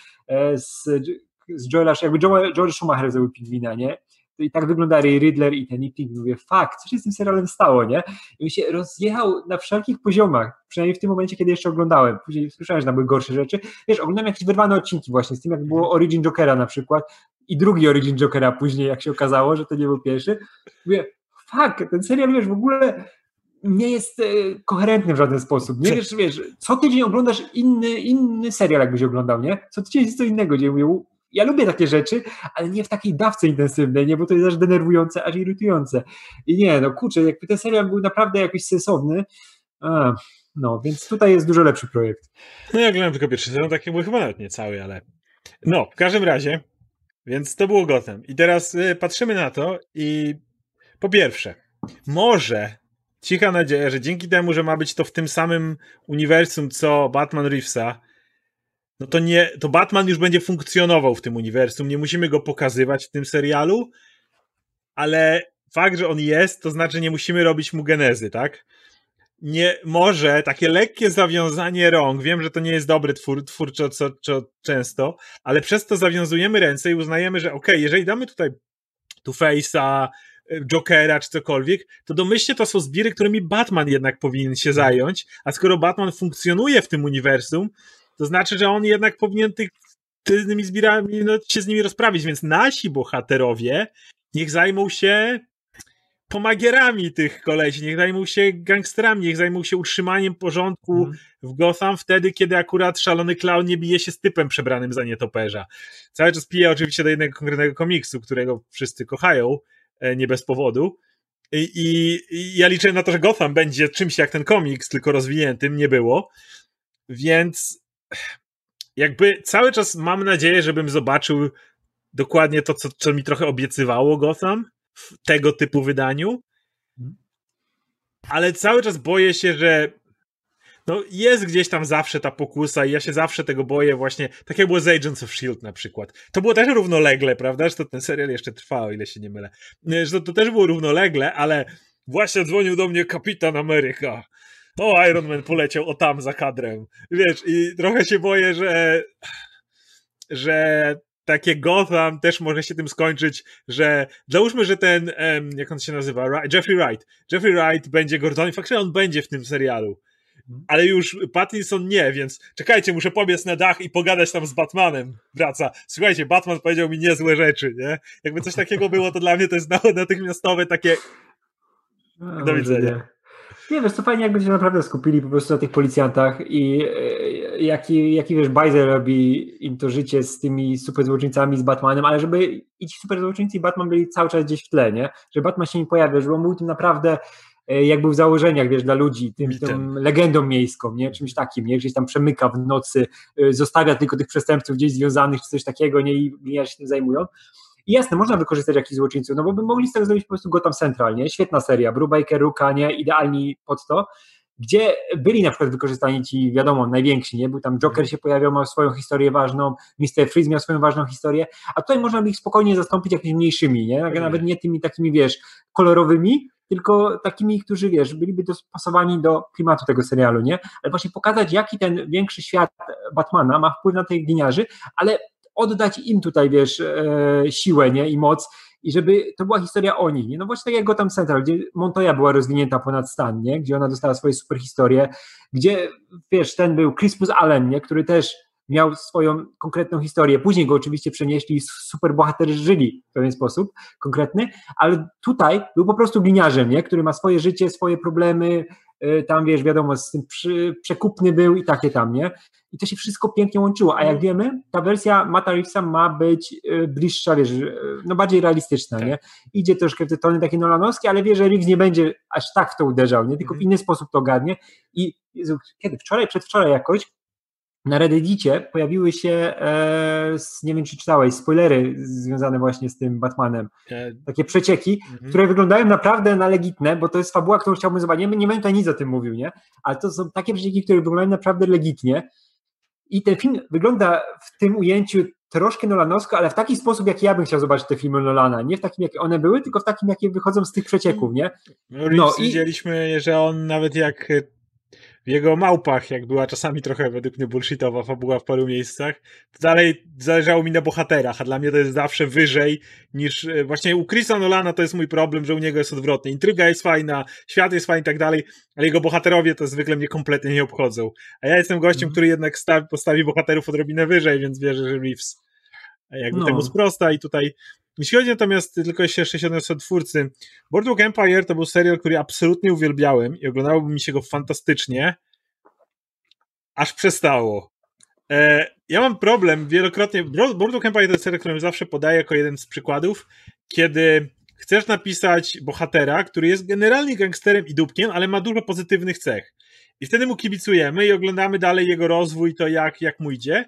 z Joela, jakby Joel Schumacher zrobił Pingwina, nie? I tak wyglądali Riddler i ten Ping. Mówię, co się z tym serialem stało, nie? I on się rozjechał na wszelkich poziomach, przynajmniej w tym momencie, kiedy jeszcze oglądałem. Później słyszałem, że tam były gorsze rzeczy. Wiesz, oglądałem jakieś wyrwane odcinki właśnie z tym, jak było Origin Jokera na przykład i drugi Origin Jokera później, jak się okazało, że to nie był pierwszy. Mówię, ten serial, wiesz, w ogóle nie jest koherentny w żaden sposób. Nie wiesz, co tydzień oglądasz inny serial, jakbyś oglądał, nie? Co tydzień jest co innego, gdzie mówię, ja lubię takie rzeczy, ale nie w takiej dawce intensywnej, nie, bo to jest aż denerwujące, aż irytujące. I nie, no kurczę, jakby ten serial był naprawdę jakiś sensowny, no, więc tutaj jest dużo lepszy projekt. No ja oglądałem tylko pierwszy sezon, taki był chyba nawet nie cały, ale no, w każdym razie, więc to było Gotham. I teraz patrzymy na to i po pierwsze, może cicha nadzieja, że dzięki temu, że ma być to w tym samym uniwersum, co Batman Reevesa, no to Batman już będzie funkcjonował w tym uniwersum, nie musimy go pokazywać w tym serialu, ale fakt, że on jest, to znaczy nie musimy robić mu genezy, tak? Nie, może takie lekkie zawiązanie rąk, wiem, że to nie jest dobre twórczo co często, ale przez to zawiązujemy ręce i uznajemy, że okej, jeżeli damy tutaj Two-Face'a, Jokera czy cokolwiek, to domyślnie to są zbiry, którymi Batman jednak powinien się zająć, a skoro Batman funkcjonuje w tym uniwersum, to znaczy, że on jednak powinien tymi zbirami się z nimi rozprawić, więc nasi bohaterowie niech zajmą się pomagierami tych kolesi, niech zajmą się gangsterami, niech zajmą się utrzymaniem porządku w Gotham wtedy, kiedy akurat szalony clown nie bije się z typem przebranym za nietoperza. Cały czas pije oczywiście do jednego konkretnego komiksu, którego wszyscy kochają, nie bez powodu. I ja liczę na to, że Gotham będzie czymś jak ten komiks, tylko rozwiniętym, nie było. Więc jakby cały czas mam nadzieję, żebym zobaczył dokładnie to, co mi trochę obiecywało Gotham w tego typu wydaniu, ale cały czas boję się, że no jest gdzieś tam zawsze ta pokusa i ja się zawsze tego boję właśnie, tak jak było z Agents of S.H.I.E.L.D. na przykład. To było też równolegle, prawda, że to ten serial jeszcze trwał, o ile się nie mylę. Że to też było równolegle, ale właśnie dzwonił do mnie Kapitan Ameryka. O, Iron Man poleciał tam za kadrem. Wiesz, i trochę się boję, że takie Gotham też może się tym skończyć, że załóżmy, że ten, jak on się nazywa, Jeffrey Wright będzie Gordonem, faktycznie on będzie w tym serialu. Ale już Pattinson nie, więc czekajcie, muszę pobiec na dach i pogadać tam z Batmanem. Wraca. Słuchajcie, Batman powiedział mi niezłe rzeczy, nie? Jakby coś takiego było, to dla mnie to jest natychmiastowe takie do widzenia. Nie, wiesz, co fajnie, jakby się naprawdę skupili po prostu na tych policjantach i jaki wiesz, bajzel robi im to życie z tymi superzłoczyńcami, z Batmanem, ale żeby i ci superzłoczyńcy i Batman byli cały czas gdzieś w tle, nie? Że Batman się nie pojawia, żeby on był tym naprawdę jak był w założeniach, wiesz, dla ludzi, tą legendą miejską, nie? Czymś takim, nie? Gdzieś tam przemyka w nocy, zostawia tylko tych przestępców gdzieś związanych, czy coś takiego, nie? I się tym zajmują. I jasne, można wykorzystać jakichś złoczyńców, no bo by mogli z tego zrobić po prostu Gotham Central, nie? Świetna seria, Brubaker, Ruka, nie? Idealni pod to, gdzie byli na przykład wykorzystani ci, wiadomo, najwięksi, nie? Był tam Joker się pojawiał, miał swoją historię ważną, Mr. Freeze miał swoją ważną historię, a tutaj można by ich spokojnie zastąpić jakimiś mniejszymi, nie? Nawet nie tymi takimi, wiesz, kolorowymi, tylko takimi, którzy, wiesz, byliby dostosowani do klimatu tego serialu, nie? Ale właśnie pokazać, jaki ten większy świat Batmana ma wpływ na tych gliniarzy, ale oddać im tutaj, wiesz, siłę, nie? I moc i żeby to była historia o nich, nie? No właśnie tak jak Gotham Central, gdzie Montoya była rozwinięta ponad stan, nie? Gdzie ona dostała swoje super historie, gdzie, wiesz, ten był Crispus Allen, nie? Który też miał swoją konkretną historię. Później go oczywiście przenieśli i superbohaterzy żyli w pewien sposób konkretny, ale tutaj był po prostu gliniarzem, nie? Który ma swoje życie, swoje problemy, tam, wiesz, wiadomo, z tym przekupny był i takie tam, nie? I to się wszystko pięknie łączyło, a jak wiemy, ta wersja Matta Reevesa ma być bliższa, wiesz, no bardziej realistyczna, tak. Nie? Idzie troszkę w te tony takie nolanowskie, ale wie, że Reeves nie będzie aż tak w to uderzał, nie? Tylko w inny sposób to ogarnie i Jezu, kiedy? Przedwczoraj jakoś na Reddicie pojawiły się, nie wiem czy czytałeś, spoilery związane właśnie z tym Batmanem. Takie przecieki, które wyglądają naprawdę na legitne, bo to jest fabuła, którą chciałbym zobaczyć. Nie będę tutaj nic o tym mówił, nie? Ale to są takie przecieki, które wyglądają naprawdę legitnie. I ten film wygląda w tym ujęciu troszkę nolanowsko, ale w taki sposób, jaki ja bym chciał zobaczyć te filmy Nolana. Nie w takim, jakie one były, tylko w takim, jakie wychodzą z tych przecieków, nie? No i widzieliśmy, że on nawet jak w jego Małpach, jak była czasami trochę według mnie bullshitowa fabuła w paru miejscach, to dalej zależało mi na bohaterach, a dla mnie to jest zawsze wyżej niż właśnie u Chrisa Nolana to jest mój problem, że u niego jest odwrotnie. Intryga jest fajna, świat jest fajny i tak dalej, ale jego bohaterowie to zwykle mnie kompletnie nie obchodzą. A ja jestem gościem, który jednak postawi bohaterów odrobinę wyżej, więc wierzę, że Reeves jakby temu sprosta i tutaj jeśli chodzi natomiast, tylko jeszcze się odniosę do twórcy, Boardwalk Empire to był serial, który absolutnie uwielbiałem i oglądało mi się go fantastycznie, aż przestało. Ja mam problem wielokrotnie, Boardwalk Empire to jest serial, który zawsze podaję jako jeden z przykładów, kiedy chcesz napisać bohatera, który jest generalnie gangsterem i dupkiem, ale ma dużo pozytywnych cech. I wtedy mu kibicujemy i oglądamy dalej jego rozwój, to jak mu idzie.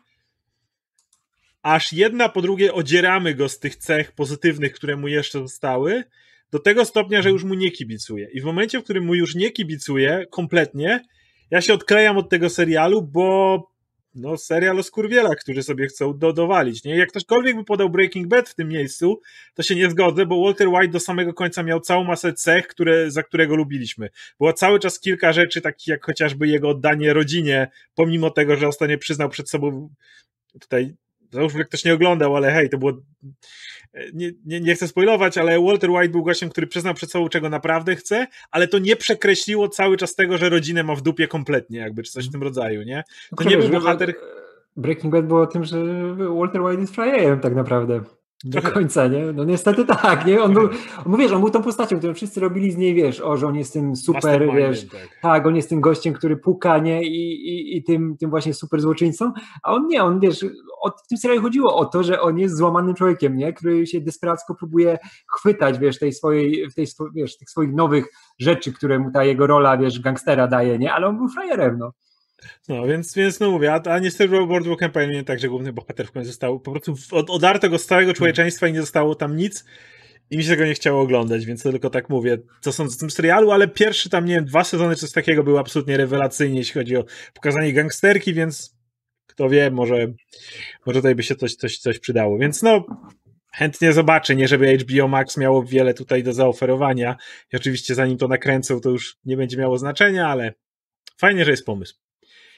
Aż jedna po drugie odzieramy go z tych cech pozytywnych, które mu jeszcze zostały, do tego stopnia, że już mu nie kibicuję. I w momencie, w którym mu już nie kibicuję kompletnie, ja się odklejam od tego serialu, bo no serial o skurwielach, którzy sobie chcą dowalić, nie? Jak ktośkolwiek by podał Breaking Bad w tym miejscu, to się nie zgodzę, bo Walter White do samego końca miał całą masę cech, za które go lubiliśmy. Było cały czas kilka rzeczy, takich jak chociażby jego oddanie rodzinie, pomimo tego, że ostatnio przyznał przed sobą tutaj załóżmy, że ktoś nie oglądał, ale hej, to było... Nie chcę spoilować, ale Walter White był gościem, który przyznał przed sobą, czego naprawdę chce, ale to nie przekreśliło cały czas tego, że rodzinę ma w dupie kompletnie, jakby, czy coś w tym rodzaju, nie? To nie był bohater... Breaking Bad było o tym, że Walter White jest frajerem tak naprawdę. Do końca, nie? No niestety tak, nie? On był tą postacią, którą wszyscy robili z niej, wiesz, że on jest tym super, wiesz, tak, on jest tym gościem, który puka, nie? I tym właśnie super złoczyńcą, a on nie, on, wiesz, w tym serialu chodziło o to, że on jest złamanym człowiekiem, nie? Który się desperacko próbuje chwytać, wiesz, tych swoich nowych rzeczy, które mu ta jego rola, wiesz, gangstera daje, nie? Ale on był frajerem, no. No, więc no mówię, a niestety Boardwalk Empire nie tak, że główny bohater w końcu został po prostu odarto go z całego człowieczeństwa i nie zostało tam nic i mi się tego nie chciało oglądać, więc to tylko tak mówię, co sądzę o tym serialu, ale pierwszy tam, nie wiem, 2 sezony czy coś takiego były absolutnie rewelacyjnie, jeśli chodzi o pokazanie gangsterki, więc kto wie, może tutaj by się coś przydało, więc no chętnie zobaczę, nie żeby HBO Max miało wiele tutaj do zaoferowania i oczywiście zanim to nakręcą, to już nie będzie miało znaczenia, ale fajnie, że jest pomysł.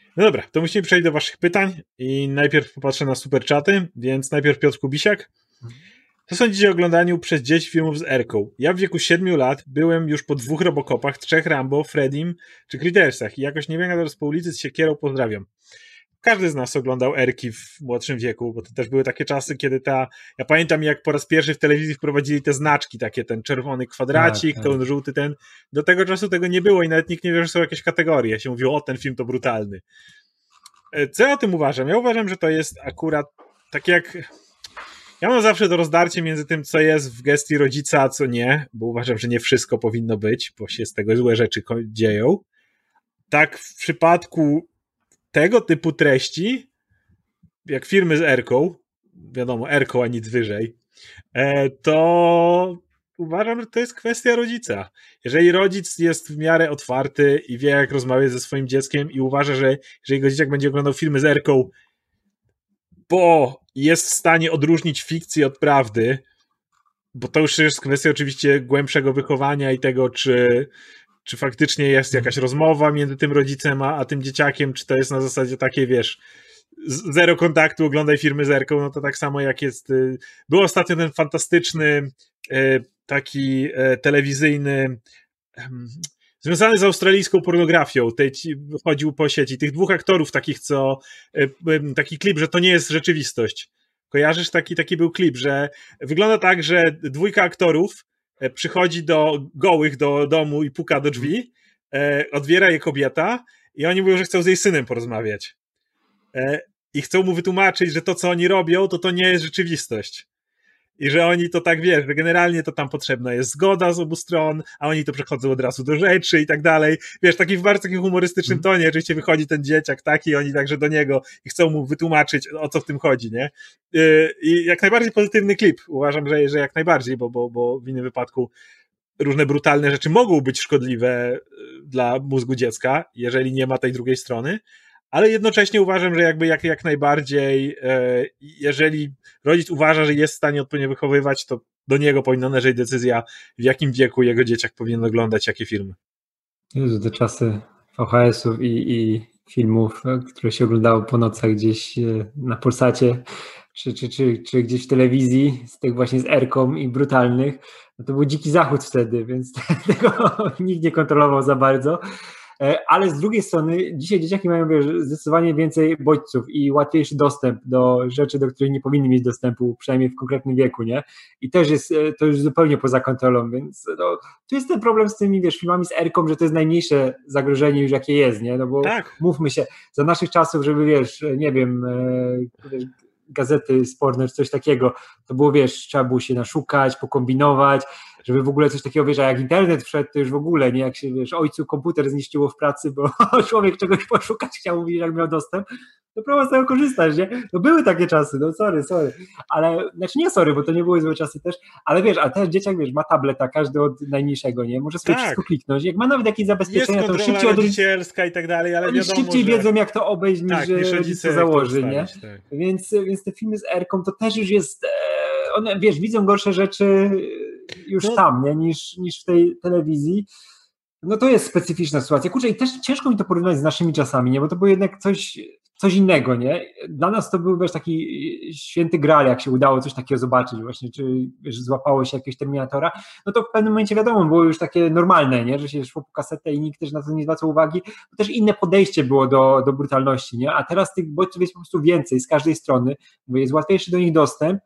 No dobra, to musimy przejść do waszych pytań i najpierw popatrzę na superczaty, więc najpierw Piotr Kubisiak. Co sądzicie o oglądaniu przez dzieci filmów z Erką? Ja w wieku 7 lat byłem już po 2 Robocopach, 3 Rambo, Freddym czy Crittersach i jakoś nie biegam teraz po ulicy z siekierą, pozdrawiam. Każdy z nas oglądał Erki w młodszym wieku, bo to też były takie czasy, kiedy ja pamiętam jak po raz pierwszy w telewizji wprowadzili te znaczki, takie ten czerwony kwadracik, tak. Ten żółty ten. Do tego czasu tego nie było i nawet nikt nie wie, że są jakieś kategorie. Się mówiło, o ten film to brutalny. Co ja o tym uważam? Ja uważam, że to jest akurat tak jak... Ja mam zawsze to rozdarcie między tym, co jest w gestii rodzica, a co nie, bo uważam, że nie wszystko powinno być, bo się z tego złe rzeczy dzieją. Tak w przypadku tego typu treści, jak filmy z Erką, wiadomo, Erką, a nic wyżej, to uważam, że to jest kwestia rodzica. Jeżeli rodzic jest w miarę otwarty i wie, jak rozmawiać ze swoim dzieckiem i uważa, że jeżeli jego dzieciak będzie oglądał filmy z Erką, bo jest w stanie odróżnić fikcję od prawdy, bo to już jest kwestia oczywiście głębszego wychowania i tego, czy faktycznie jest jakaś rozmowa między tym rodzicem a tym dzieciakiem, czy to jest na zasadzie takiej, wiesz, zero kontaktu, oglądaj filmy z Erką, no to tak samo jak jest... Był ostatnio ten fantastyczny taki telewizyjny związany z australijską pornografią, chodził po sieci, tych 2 aktorów takich, taki klip, że to nie jest rzeczywistość. Kojarzysz? Taki był klip, że wygląda tak, że 2 aktorów przychodzi gołych do domu i puka do drzwi, odbiera je kobieta i oni mówią, że chcą z jej synem porozmawiać. I chcą mu wytłumaczyć, że to, co oni robią, to nie jest rzeczywistość. I że oni to tak, wiesz, że generalnie to tam potrzebna jest zgoda z obu stron, a oni to przechodzą od razu do rzeczy i tak dalej. Wiesz, taki w bardzo takim humorystycznym tonie, oczywiście wychodzi ten dzieciak taki, oni także do niego i chcą mu wytłumaczyć, o co w tym chodzi, nie? I jak najbardziej pozytywny klip. Uważam, że jak najbardziej, bo w innym wypadku różne brutalne rzeczy mogą być szkodliwe dla mózgu dziecka, jeżeli nie ma tej drugiej strony, ale jednocześnie uważam, że jakby jak najbardziej, jeżeli rodzic uważa, że jest w stanie odpowiednio wychowywać, to do niego powinna należeć decyzja, w jakim wieku jego dzieciak powinien oglądać jakie filmy. Jezu, te czasy VHS-ów i filmów, które się oglądało po nocach gdzieś na Polsacie, czy gdzieś w telewizji, z tych właśnie z Erką i brutalnych, no to był dziki zachód wtedy, więc tego nikt nie kontrolował za bardzo. Ale z drugiej strony dzisiaj dzieciaki mają, wiesz, zdecydowanie więcej bodźców i łatwiejszy dostęp do rzeczy, do których nie powinny mieć dostępu, przynajmniej w konkretnym wieku, nie? I też jest to już zupełnie poza kontrolą, więc no, tu jest ten problem z tymi, wiesz, filmami z Erką, że to jest najmniejsze zagrożenie już jakie jest, nie? No bo tak. Mówmy się, za naszych czasów, żeby, wiesz, nie wiem, gazety sporne czy coś takiego, to było, wiesz, trzeba było się naszukać, pokombinować, żeby w ogóle coś takiego, wiesz, a jak internet wszedł, to już w ogóle, nie, jak się, wiesz, ojcu komputer zniszczyło w pracy, bo człowiek czegoś poszukać chciał, mówić, jak miał dostęp, to próbował z tego korzystać, nie? No były takie czasy, no sorry, ale, znaczy nie sorry, bo to nie były złe czasy też, ale wiesz, ale też dzieciak, wiesz, ma tableta, każdy od najniższego, nie? Może sobie wszystko kliknąć, jak ma nawet jakieś zabezpieczenia, to szybciej rodzicielska i tak dalej, ale wiadomo, szybciej wiedzą, jak to obejść, niż rodzic to założy, nie? Tak. Więc te filmy z Erką to też już jest, one, wiesz, widzą gorsze rzeczy już tam, nie? Niż w tej telewizji. No to jest specyficzna sytuacja. Kurczę, i też ciężko mi to porównać z naszymi czasami, nie? Bo to było jednak coś innego, nie? Dla nas to był, wiesz, taki święty graal, jak się udało coś takiego zobaczyć właśnie, czy, wiesz, złapało się jakiegoś Terminatora, no to w pewnym momencie wiadomo, było już takie normalne, nie? Że się szło po kasetę i nikt też na to nie zwracał uwagi. To też inne podejście było do brutalności, nie? A teraz tych bodźców jest po prostu więcej z każdej strony, bo jest łatwiejszy do nich dostęp.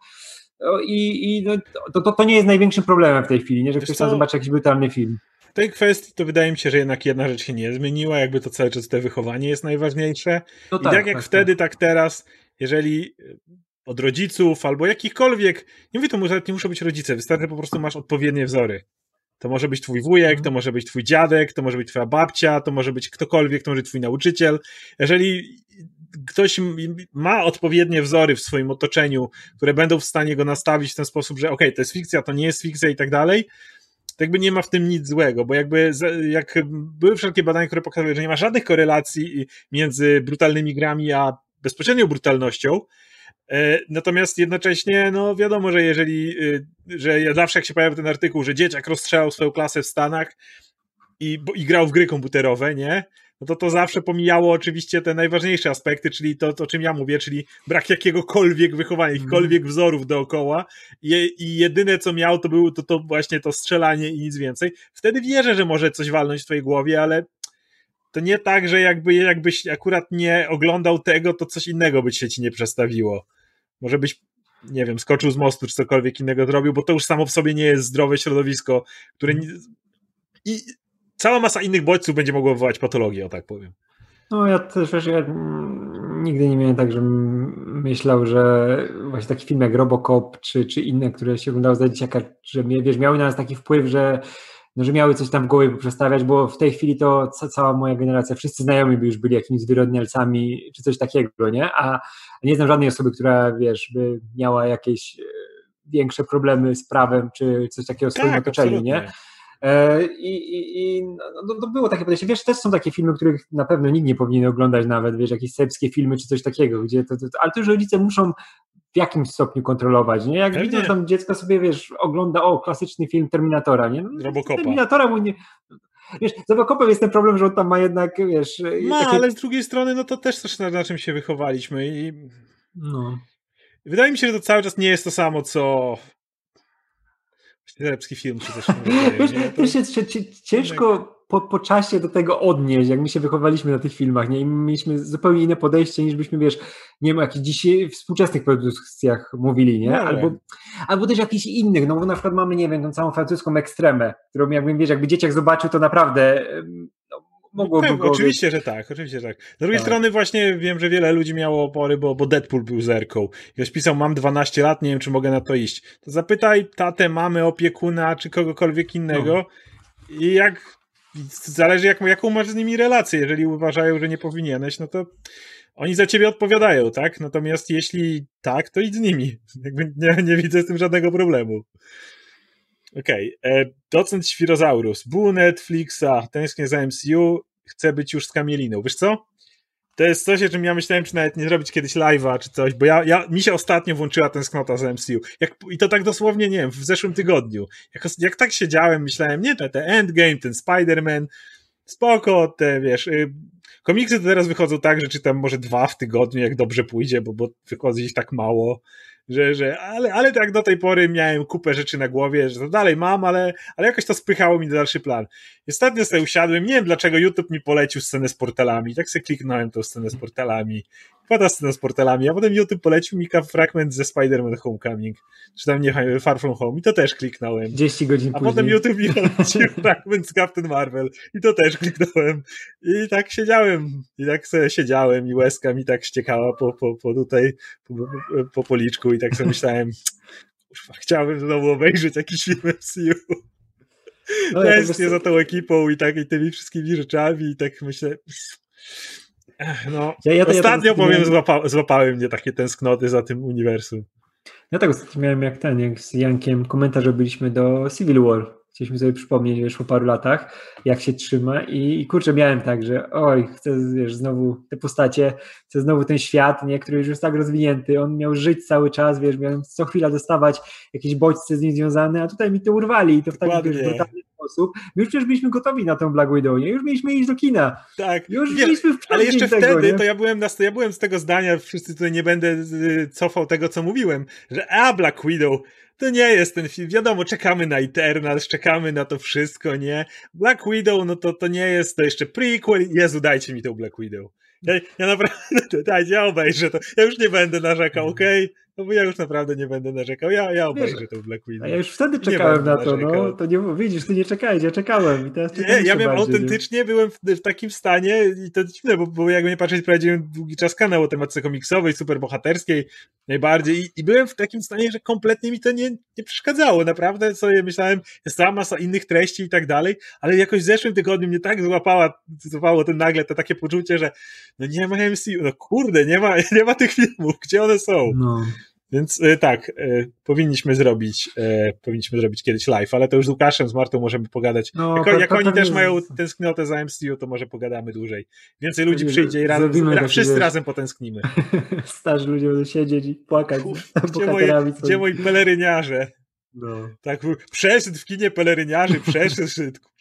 To nie jest największym problemem w tej chwili, nie? Że ktoś tam zobaczy jakiś brutalny film. W tej kwestii to wydaje mi się, że jednak jedna rzecz się nie zmieniła, jakby to cały czas to wychowanie jest najważniejsze. No tak, i tak jak wtedy, tak teraz, jeżeli od rodziców albo jakichkolwiek, nie mówię, to nie muszą być rodzice, wystarczy po prostu masz odpowiednie wzory. To może być twój wujek, to może być twój dziadek, to może być twoja babcia, to może być ktokolwiek, to może być twój nauczyciel. Jeżeli ktoś ma odpowiednie wzory w swoim otoczeniu, które będą w stanie go nastawić w ten sposób, że okej, to jest fikcja, to nie jest fikcja i tak dalej, to jakby nie ma w tym nic złego, bo jakby jak były wszelkie badania, które pokazały, że nie ma żadnych korelacji między brutalnymi grami a bezpośrednią brutalnością, natomiast jednocześnie, no wiadomo, że że zawsze jak się pojawia ten artykuł, że dzieciak rozstrzelał swoją klasę w Stanach i grał w gry komputerowe, nie? no to zawsze pomijało oczywiście te najważniejsze aspekty, czyli to, o czym ja mówię, czyli brak jakiegokolwiek wychowania, jakichkolwiek wzorów dookoła i jedyne, co miał, to było to właśnie to strzelanie i nic więcej. Wtedy wierzę, że może coś walnąć w twojej głowie, ale to nie tak, że jakbyś akurat nie oglądał tego, to coś innego by się ci nie przestawiło. Może byś, nie wiem, skoczył z mostu, czy cokolwiek innego zrobił, bo to już samo w sobie nie jest zdrowe środowisko, które i cała masa innych bodźców będzie mogła wywołać patologię, o tak powiem. No ja też, wiesz, ja nigdy nie miałem tak, że myślał, że właśnie taki film jak Robocop, czy inne, które się oglądało za dzieciaka, że miały na nas taki wpływ, że miały coś tam w głowie przestawiać, bo w tej chwili to cała moja generacja, wszyscy znajomi by już byli jakimiś zwyrodnialcami, czy coś takiego, nie? A nie znam żadnej osoby, która, wiesz, by miała jakieś większe problemy z prawem, czy coś takiego w swoim otoczeniu, absolutnie. Nie? To było takie podejście. Wiesz, też są takie filmy, których na pewno nikt nie powinien oglądać nawet, wiesz, jakieś serbskie filmy czy coś takiego, gdzie ale to już rodzice muszą w jakimś stopniu kontrolować, nie? Jak widzą, tam dziecko sobie, wiesz, ogląda, klasyczny film Terminatora, nie? Robocopa. Terminatora mu nie... Wiesz, z Robocopem jest ten problem, że on tam ma jednak, wiesz... ale z drugiej strony, no to też coś na czym się wychowaliśmy i... No. Wydaje mi się, że to cały czas nie jest to samo, co... serbski film, czy coś ciężko po czasie do tego odnieść, jak my się wychowaliśmy na tych filmach, nie? I mieliśmy zupełnie inne podejście, niż byśmy, wiesz, nie wiem, jakichś dzisiaj współczesnych produkcjach mówili, nie? Albo też jakichś innych, no bo na przykład mamy, nie wiem, tą całą francuską ekstremę, którą jakby dzieciak zobaczył, to naprawdę mogłoby go... Oczywiście, że tak. Z drugiej strony właśnie wiem, że wiele ludzi miało opory, bo Deadpool był zerką. Ktoś pisał, mam 12 lat, nie wiem, czy mogę na to iść. To zapytaj tatę, mamę, opiekuna, czy kogokolwiek innego i zależy jaką masz z nimi relację. Jeżeli uważają, że nie powinieneś, no to oni za ciebie odpowiadają, tak? Natomiast jeśli tak, to idź z nimi. Jakby nie widzę z tym żadnego problemu. Okej. Docent Świrozaurus. Ból Netflixa, tęsknię za MCU, chcę być już z Kamieliną. Wiesz co? To jest coś, o czym ja myślałem, czy nawet nie zrobić kiedyś live'a, czy coś, bo mi się ostatnio włączyła tęsknota za MCU. I to tak dosłownie, nie wiem, w zeszłym tygodniu. Jak tak siedziałem, myślałem, nie, te Endgame, ten Spider-Man, spoko, te, wiesz... Komiksy to teraz wychodzą tak, że czytam może 2 w tygodniu, jak dobrze pójdzie, bo wychodzi ich tak mało. Ale tak do tej pory miałem kupę rzeczy na głowie, że to dalej mam, ale jakoś to spychało mi na dalszy plan. I ostatnio sobie usiadłem, nie wiem dlaczego YouTube mi polecił scenę z portalami, tak sobie kliknąłem tą scenę z portalami, pada scena z portalami, a potem YouTube polecił mi fragment ze Spider-Man Homecoming, czy tam nie Far From Home i to też kliknąłem. 10 godzin później. A potem YouTube mi polecił fragment z Captain Marvel i to też kliknąłem. I tak siedziałem i łezka mi tak ściekała po policzku i tak sobie myślałem, chciałbym znowu obejrzeć jakiś film MCU. Tęsknię za tą ekipą i tymi wszystkimi rzeczami i tak myślę... Ostatnio powiem, złapały mnie takie tęsknoty za tym uniwersum. Ja tak ostatnio miałem jak z Jankiem komentarz robiliśmy do Civil War. Chcieliśmy sobie przypomnieć, wiesz, po paru latach, jak się trzyma i kurczę, miałem tak, że chcę, wiesz, znowu te postacie, chcę znowu ten świat, nie, który już jest tak rozwinięty, on miał żyć cały czas, wiesz, miałem co chwila dostawać jakieś bodźce z nim związane, a tutaj mi to urwali i to w taki, wiesz, brutalny sposób. My już przecież byliśmy gotowi na tą Black Widow, nie? Już mieliśmy iść do kina. Tak. Już byliśmy ale jeszcze wtedy, to ja byłem z tego zdania, wszyscy tutaj nie będę cofał tego, co mówiłem, że Black Widow to nie jest ten film. Wiadomo, czekamy na Eternals, czekamy na to wszystko, nie? Black Widow, no to nie jest to jeszcze prequel. Jezu, dajcie mi tą Black Widow. Ja naprawdę, dajcie, ja obejrzę to. Ja już nie będę narzekał, okej? No bo ja już naprawdę nie będę narzekał. Ja obejrzę tą Black Widow. A ja już wtedy czekałem na to, no. To nie widzisz, ty nie czekałeś, ja czekałem. I teraz ja miałem autentycznie, byłem w takim stanie i to dziwne, bo jakby nie patrzeć, prowadziłem długi czas kanał o tematyce komiksowej, superbohaterskiej najbardziej i byłem w takim stanie, że kompletnie mi to nie przeszkadzało. Naprawdę sobie myślałem, jest cała masa innych treści i tak dalej, ale jakoś w zeszłym tygodniu mnie tak złapało to nagle, to takie poczucie, że no nie ma MCU, no kurde, nie ma tych filmów, gdzie one są? No. Więc tak, powinniśmy zrobić kiedyś live, ale to już z Łukaszem, z Martą możemy pogadać. No, jak oni też mają tęsknotę za MCU, to może pogadamy dłużej. Więcej ludzi przyjdzie i wszyscy razem potęsknimy. Starzy ludzie będą siedzieć i płakać. Gdzie moi peleryniarze? No. Tak, przeszedł w kinie peleryniarzy, przeszedł.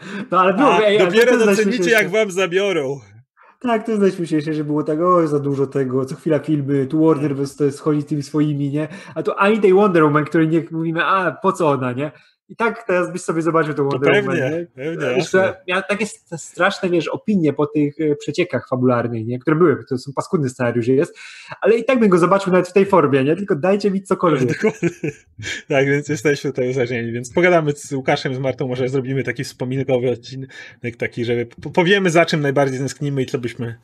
No, ale było, dopiero docenicie, jak wam zabiorą. Tak, to jest najśmieszniejsze, że było tak, za dużo tego, co chwila filmy, tu Warner schodzi z tymi swoimi, nie? A tu ani tej Wonder Woman, której nie mówimy, po co ona, nie? I tak teraz byś sobie zobaczył tą Wonder Woman, nie? Pewnie. Miałem takie straszne, opinie po tych przeciekach fabularnych, nie? Które były, to są paskudny scenariusz jest, ale i tak bym go zobaczył nawet w tej formie, nie? Tylko dajcie mi cokolwiek. Tak, więc jesteśmy tutaj uzależnieni, więc pogadamy z Łukaszem, z Martą, może zrobimy taki wspominkowy odcinek, taki, żeby powiemy, za czym najbardziej tęsknimy i co byśmy...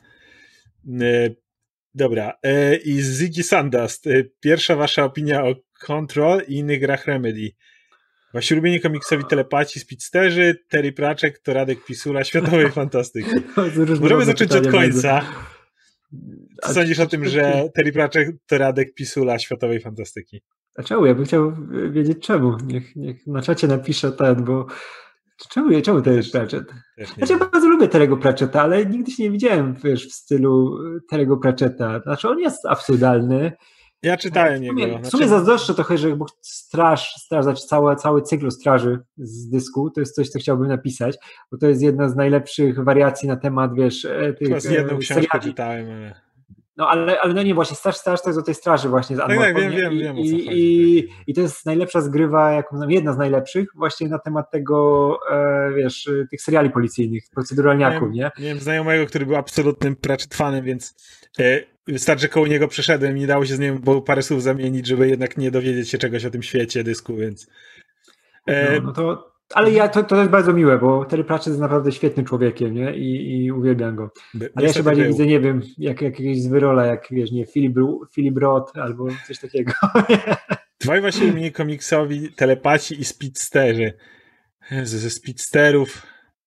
Dobra, i Ziggy Stardust, pierwsza wasza opinia o Control i innych grach Remedy. Wasi ulubieni komiksowi telepaci, speedsterzy, Terry Pratchett to Radek Pisula światowej fantastyki. Możemy zacząć od końca. Co sądzisz o tym, że Terry Pratchett to Radek Pisula światowej fantastyki? A czemu? Ja bym chciał wiedzieć czemu. Niech na czacie napisze bo czemu Terry Pratchett? Ja bardzo lubię Terry'ego Pratchetta, ale nigdy się nie widziałem, w stylu Terry'ego Pratchetta. Znaczy on jest absurdalny. Ja czytałem jego. W sumie zazdroszczę trochę, że Straż, znaczy cały cykl Straży z dysku, to jest coś, co chciałbym napisać, bo to jest jedna z najlepszych wariacji na temat, tych z jedną książkę czytałem, ale... No ale no nie, właśnie Straż to jest o tej straży właśnie z Anmorph. Tak, wiem o co chodzi. I to jest najlepsza zgrywa, jedna z najlepszych właśnie na temat tego, tych seriali policyjnych, proceduralniaków, nie? Miałem znajomego, który był absolutnym Pratchett fanem, więc wystarczy, że koło niego przeszedłem i nie dało się z nim parę słów zamienić, żeby jednak nie dowiedzieć się czegoś o tym świecie dysku, więc... No to... Ale to jest bardzo miłe, bo Terry Pratchett jest naprawdę świetnym człowiekiem, nie? I uwielbiam go. Ale ja się bardziej widzę, nie wiem, jak jakiegoś zwyrola, jak wiesz, nie, Philip Roth albo coś takiego. Dwaj właśnie mnie komiksowi telepaci i speedsterzy. Ze speedsterów...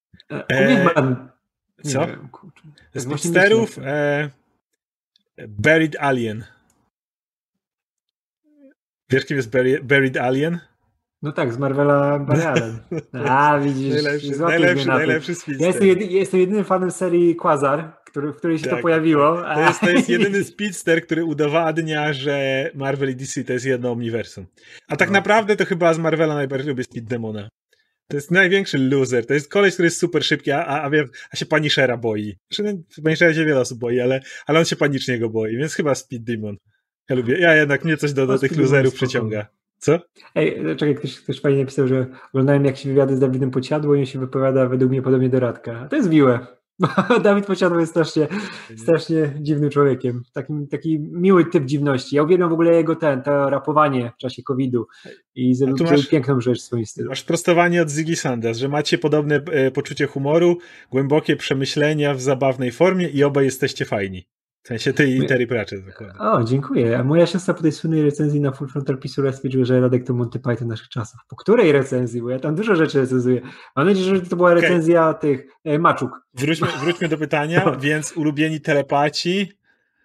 Co? Wiem, ze speedsterów Buried Alien. Wiesz, kim jest Buried Alien? No tak, z Marvela Barry Allen. Widzisz, najlepszy speedster. Ja jestem jedynym fanem serii Quasar, w której się to pojawiło. To jest jedyny speedster, który udowadnia, że Marvel i DC to jest jedno omniversum. A tak naprawdę to chyba z Marvela najbardziej lubię Speed Demona. To jest największy loser. To jest koleś, który jest super szybki, a się Punishera boi. Punishera się wiele osób boi, ale on się panicznie go boi, więc chyba Speed Demon. Ja lubię. Jednak mnie coś do tych loserów przyciąga. Co? Czekaj, ktoś fajnie napisał, że oglądałem jak się wywiady z Dawidem Podsiadło i on się wypowiada według mnie podobnie do Radka. A to jest miłe. Dawid Podsiadło jest strasznie dziwnym człowiekiem. Taki miły typ dziwności. Ja uwielbiam w ogóle jego to rapowanie w czasie COVID-u i zrobił piękną rzecz w swoim stylu. Masz prostowanie od Ziggy Stardust, że macie podobne poczucie humoru, głębokie przemyślenia w zabawnej formie i obaj jesteście fajni. W sensie ty i Terry Pratchett. O, dziękuję. A moja siostra po tej słynnej recenzji na Full Frontal Pissura stwierdziła, że Radek to Monty Python naszych czasów. Po której recenzji? Bo ja tam dużo rzeczy recenzuję. Mam nadzieję, że to była recenzja tych maczuk. Wróćmy do pytania, więc ulubieni telepaci.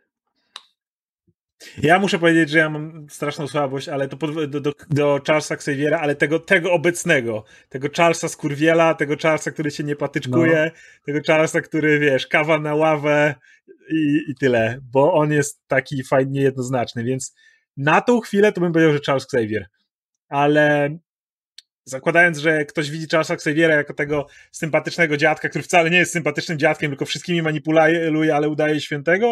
Ja muszę powiedzieć, że ja mam straszną słabość, ale to do Charlesa Xaviera, ale tego obecnego. Tego Charlesa Skurwiela, tego Charlesa, który się nie patyczkuje, tego Charlesa, który, wiesz, kawa na ławę i tyle, bo on jest taki fajnie jednoznaczny, więc na tą chwilę to bym powiedział, że Charles Xavier. Ale zakładając, że ktoś widzi Charlesa Xaviera jako tego sympatycznego dziadka, który wcale nie jest sympatycznym dziadkiem, tylko wszystkimi manipuluje, ale udaje świętego,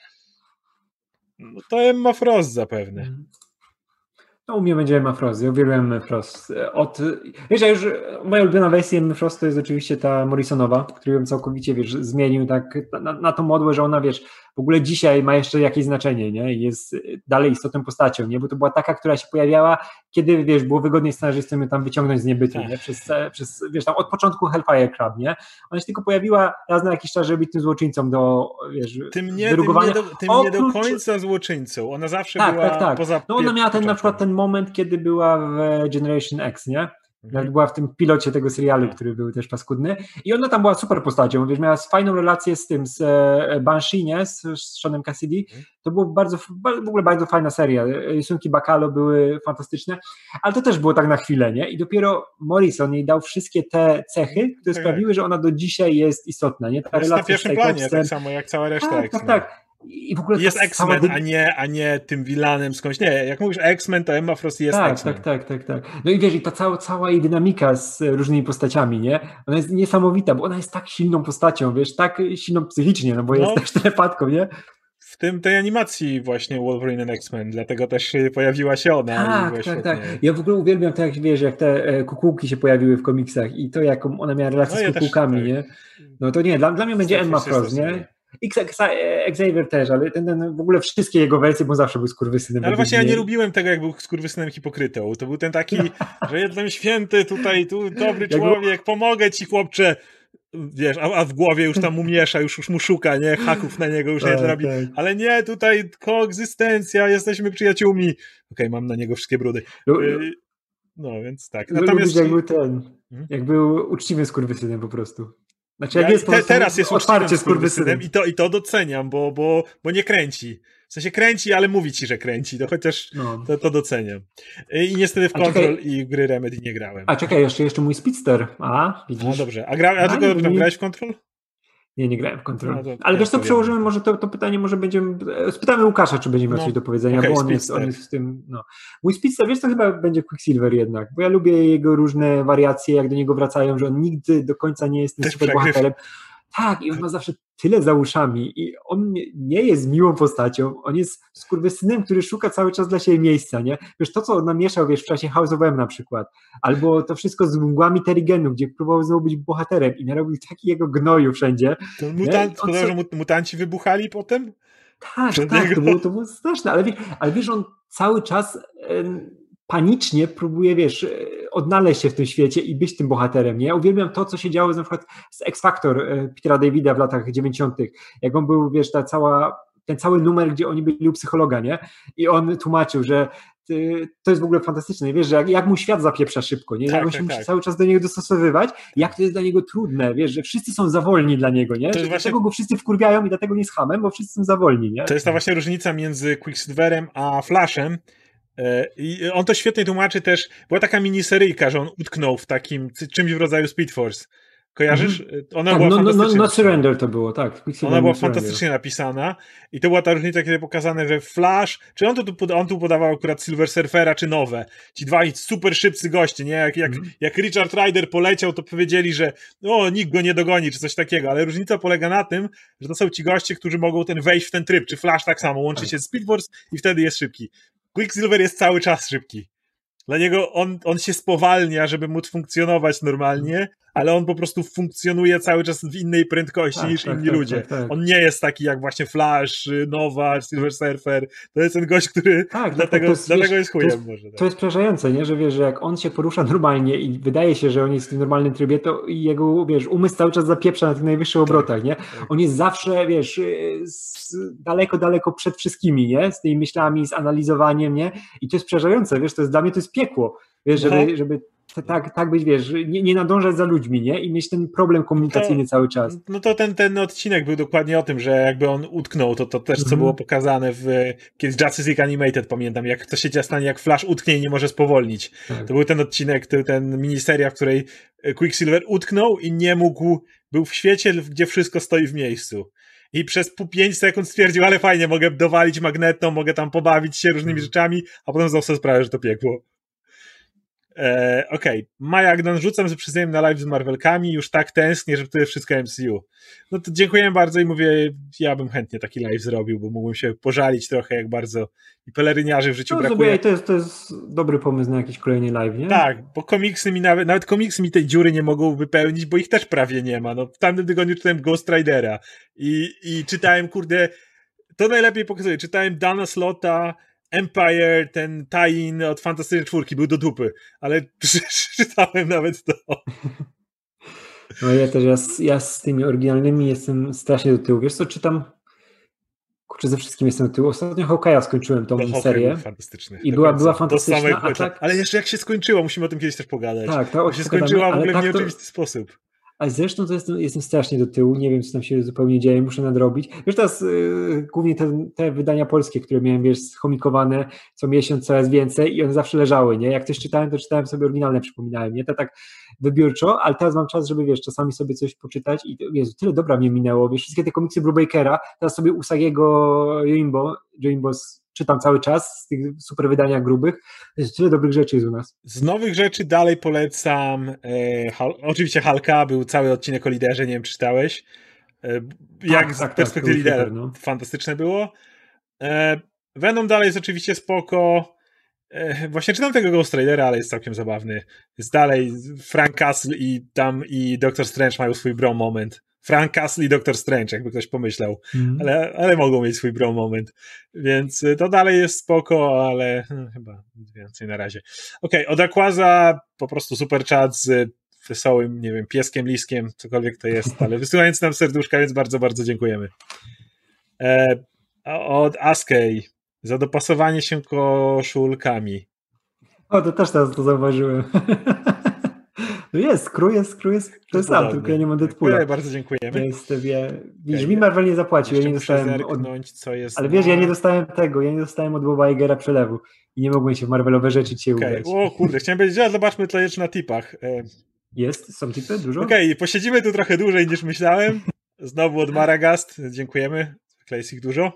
no to Emma Frost zapewne. No u mnie będzie Emma Frost. Ja uwielbiam Emma Frost. Moja ulubiona wersja Emma Frost to jest oczywiście ta Morrisonowa, którą ją całkowicie, zmienił tak na tą modłę, że ona, w ogóle dzisiaj ma jeszcze jakieś znaczenie, nie? I jest dalej istotną postacią, nie? Bo to była taka, która się pojawiała, kiedy, było wygodniej scenarzystom ją tam wyciągnąć z niebytu, nie? Przez tam od początku Hellfire Club, nie? Ona się tylko pojawiła raz na jakiś czas, żeby być tym złoczyńcą tym nie do końca złoczyńcą. Ona zawsze była poza... No ona miała na przykład ten moment, kiedy była w Generation X, nie? Nawet była w tym pilocie tego serialu, który był też paskudny. I ona tam była super postacią, miała fajną relację z Banshee, nie? Z Seanem Cassidy. To było w ogóle bardzo fajna seria. Rysunki Bacalo były fantastyczne, ale to też było tak na chwilę, nie? I dopiero Morrison jej dał wszystkie te cechy, które sprawiły, że ona do dzisiaj jest istotna, nie? Ta relacja na pierwszym planie, tak samo jak cała reszta. Tak. I w ogóle jest X-Men, a nie tym villanem skądś. Nie, jak mówisz X-Men, to Emma Frost jest X-Men. Tak. No i wiesz, i ta cała jej dynamika z różnymi postaciami, nie? Ona jest niesamowita, bo ona jest tak silną postacią, wiesz, tak silną psychicznie, no bo jest też telepatką, nie? W tej animacji właśnie Wolverine and X-Men, dlatego też pojawiła się ona. Tak. Ja w ogóle uwielbiam to, jak wiesz, jak te kukułki się pojawiły w komiksach i to, jaką ona miała relację z kukułkami, też, nie? No to nie, dla mnie będzie Emma Frost, nie? Xavier też, ale ten w ogóle wszystkie jego wersje, bo zawsze był skurwysynem. Ale właśnie ja nie lubiłem tego, jak był skurwysynem hipokrytą. To był ten taki, że jestem święty tutaj, tu dobry człowiek, pomogę ci, chłopcze. Wiesz, a w głowie już tam mu miesza, już mu szuka, nie? Haków na niego już nie robi. Ale nie, tutaj koegzystencja, jesteśmy przyjaciółmi. Okej, mam na niego wszystkie brudy. No, więc tak. Natomiast jak był uczciwym skurwysynem po prostu. Znaczy, teraz jest otwarcie skurwysynem i to doceniam, bo nie kręci. W sensie kręci, ale mówi ci, że kręci, to chociaż to doceniam. I niestety w Control i gry Remedy nie grałem. A czekaj, jeszcze mój Speedster. Widzisz? No dobrze. A tylko grałeś w Control? Nie grałem w Control. Ale wiesz co, przełożymy może to pytanie, może będziemy... Spytamy Łukasza, czy będzie miał coś do powiedzenia, bo on jest w tym... No. Mój Speedster, wiesz, to chyba będzie Quicksilver jednak, bo ja lubię jego różne wariacje, jak do niego wracają, że on nigdy do końca nie jest tym super bohaterem. Tak, i on ma zawsze tyle za uszami i on nie jest miłą postacią, on jest skurwysynem, który szuka cały czas dla siebie miejsca, nie? Wiesz, to co on namieszał, wiesz, w czasie House of M na przykład, albo to wszystko z mgłami Terrigenu, gdzie próbował znowu być bohaterem i narobił taki jego gnoju wszędzie. Że mutanci wybuchali potem? Tak, to było straszne, ale wiesz, on cały czas... panicznie próbuje, wiesz, odnaleźć się w tym świecie i być tym bohaterem, nie? Ja uwielbiam to, co się działo na przykład z X-Factor Petera Davida w latach 90. Jak on był, wiesz, ten cały numer, gdzie oni byli u psychologa, nie? I on tłumaczył, że to jest w ogóle fantastyczne, wiesz, że jak mu świat zapieprza szybko, nie? Jak on się musi cały czas do niego dostosowywać, jak to jest dla niego trudne, wiesz, że wszyscy są za wolni dla niego, nie? Dlatego go wszyscy wkurwiają i dlatego nie jest chamem, bo wszyscy są za wolni, nie? To jest ta właśnie różnica między Quicksilverem a Flashem. I on to świetnie tłumaczy też, była taka miniseryjka, że on utknął w takim czymś w rodzaju Speed Force. Kojarzysz? Ona była fantastycznie. No Surrender to było, tak. Ona była fantastycznie napisana i to była ta różnica, kiedy pokazane, że Flash, czy on tu podawał akurat Silver Surfera, czy nowe. Ci dwaj super szybcy goście, nie? Jak Richard Rider poleciał, to powiedzieli, że nikt go nie dogoni, czy coś takiego, ale różnica polega na tym, że to są ci goście, którzy mogą wejść w ten tryb, czy Flash tak samo, łączy się z Speed Force i wtedy jest szybki. Quicksilver jest cały czas szybki. Dla niego on się spowalnia, żeby móc funkcjonować normalnie, ale on po prostu funkcjonuje cały czas w innej prędkości niż inni ludzie. Tak. On nie jest taki jak właśnie Flash, Nova, Silver Surfer. To jest ten gość, który dlatego jest chujem. To jest przerażające, nie? Że wiesz, że jak on się porusza normalnie i wydaje się, że on jest w tym normalnym trybie, to jego, wiesz, umysł cały czas zapieprza na tych najwyższych obrotach, nie? On jest zawsze, wiesz, daleko przed wszystkimi, nie? Z tymi myślami, z analizowaniem, nie? I to jest przerażające, wiesz, dla mnie to jest piekło, wiesz, żeby tak być, wiesz, nie nadążać za ludźmi, nie? I mieć ten problem komunikacyjny cały czas. No to ten odcinek był dokładnie o tym, że jakby on utknął, to też co było pokazane kiedyś Justice League Animated, pamiętam, jak to się stanie, jak Flash utknie i nie może spowolnić. Tak. To był ten odcinek, ten miniseria, w której Quicksilver utknął i nie mógł, był w świecie, gdzie wszystko stoi w miejscu. I przez 5 sekund stwierdził, ale fajnie, mogę dowalić Magnetą, mogę tam pobawić się różnymi rzeczami, a potem zdał sobie sprawę, że to piekło. Okej. Maja Agnon, rzucam z przyznaniem na live z Marvelkami, już tak tęsknię, że to jest wszystko MCU. No to dziękuję bardzo i mówię, ja bym chętnie taki live zrobił, bo mógłbym się pożalić trochę, jak bardzo i peleryniarzy w życiu brakuje. To jest dobry pomysł na jakiś kolejny live, nie? Tak, bo komiksy mi nawet komiksy mi tej dziury nie mogą wypełnić, bo ich też prawie nie ma. No, w tamtym tygodniu czytałem Ghost Ridera i czytałem, kurde, to najlepiej pokazuje, czytałem Dana Slotta, Empire, ten tie-in od Fantastycznej Czwórki był do dupy, ale czytałem nawet to. No ja z tymi oryginalnymi jestem strasznie do tyłu. Wiesz co, czytam? Kurczę, ze wszystkim jestem do tyłu. Ostatnio Hawkeye'a skończyłem tą serię. Fantastyczny. I była fantastyczna. Ale jeszcze jak się skończyło, musimy o tym kiedyś też pogadać. Tak, to się skończyła w ogóle w nieoczywisty sposób. A zresztą to jestem strasznie do tyłu, nie wiem, co tam się zupełnie dzieje, muszę nadrobić. Wiesz, teraz głównie te wydania polskie, które miałem, wiesz, schomikowane co miesiąc coraz więcej i one zawsze leżały, nie? Jak coś czytałem, to czytałem sobie oryginalne, przypominałem, nie? To tak wybiórczo, ale teraz mam czas, żeby, wiesz, czasami sobie coś poczytać i Jezu, tyle dobra mnie minęło, wiesz, wszystkie te komiksy Brubakera, teraz sobie Usagiego Joimbo czytam cały czas z tych super wydaniach grubych. Jest tyle dobrych rzeczy jest u nas. Z nowych rzeczy dalej polecam oczywiście Hulka, był cały odcinek o liderze, nie wiem czy czytałeś. Jak z perspektywy lidera, super, no. Fantastyczne było. Venom dalej jest oczywiście spoko. Właśnie czytam tego Ghost Ridera, ale jest całkiem zabawny. Jest dalej Frank Castle i Doctor Strange mają swój bro moment. Frank Castle i Doctor Strange, jakby ktoś pomyślał. Ale mogą mieć swój bro moment. Więc to dalej jest spoko, ale chyba więcej na razie. Okej, od Aquaza po prostu super czat z wesołym, nie wiem, pieskiem, liskiem, cokolwiek to jest, ale wysyłając nam serduszka, więc bardzo, bardzo dziękujemy. Od Askej za dopasowanie się koszulkami. O, to też teraz to zauważyłem. No jest, Crew jest to sam, tylko ja nie mam Deadpoola. Bardzo dziękujemy. Widzisz, mi Marvel nie zapłacił, ja nie dostałem co jest ale wiesz, ja nie dostałem tego, ja nie dostałem od Boba Igera przelewu i nie mogłem się w Marvelowe rzeczy dzisiaj ubrać. O kurde, chciałem powiedzieć, ale zobaczmy to jeszcze na tipach. Są tipy? Dużo? Okej, posiedzimy tu trochę dłużej niż myślałem. Znowu od Maragast, dziękujemy. Zwykle jest ich dużo.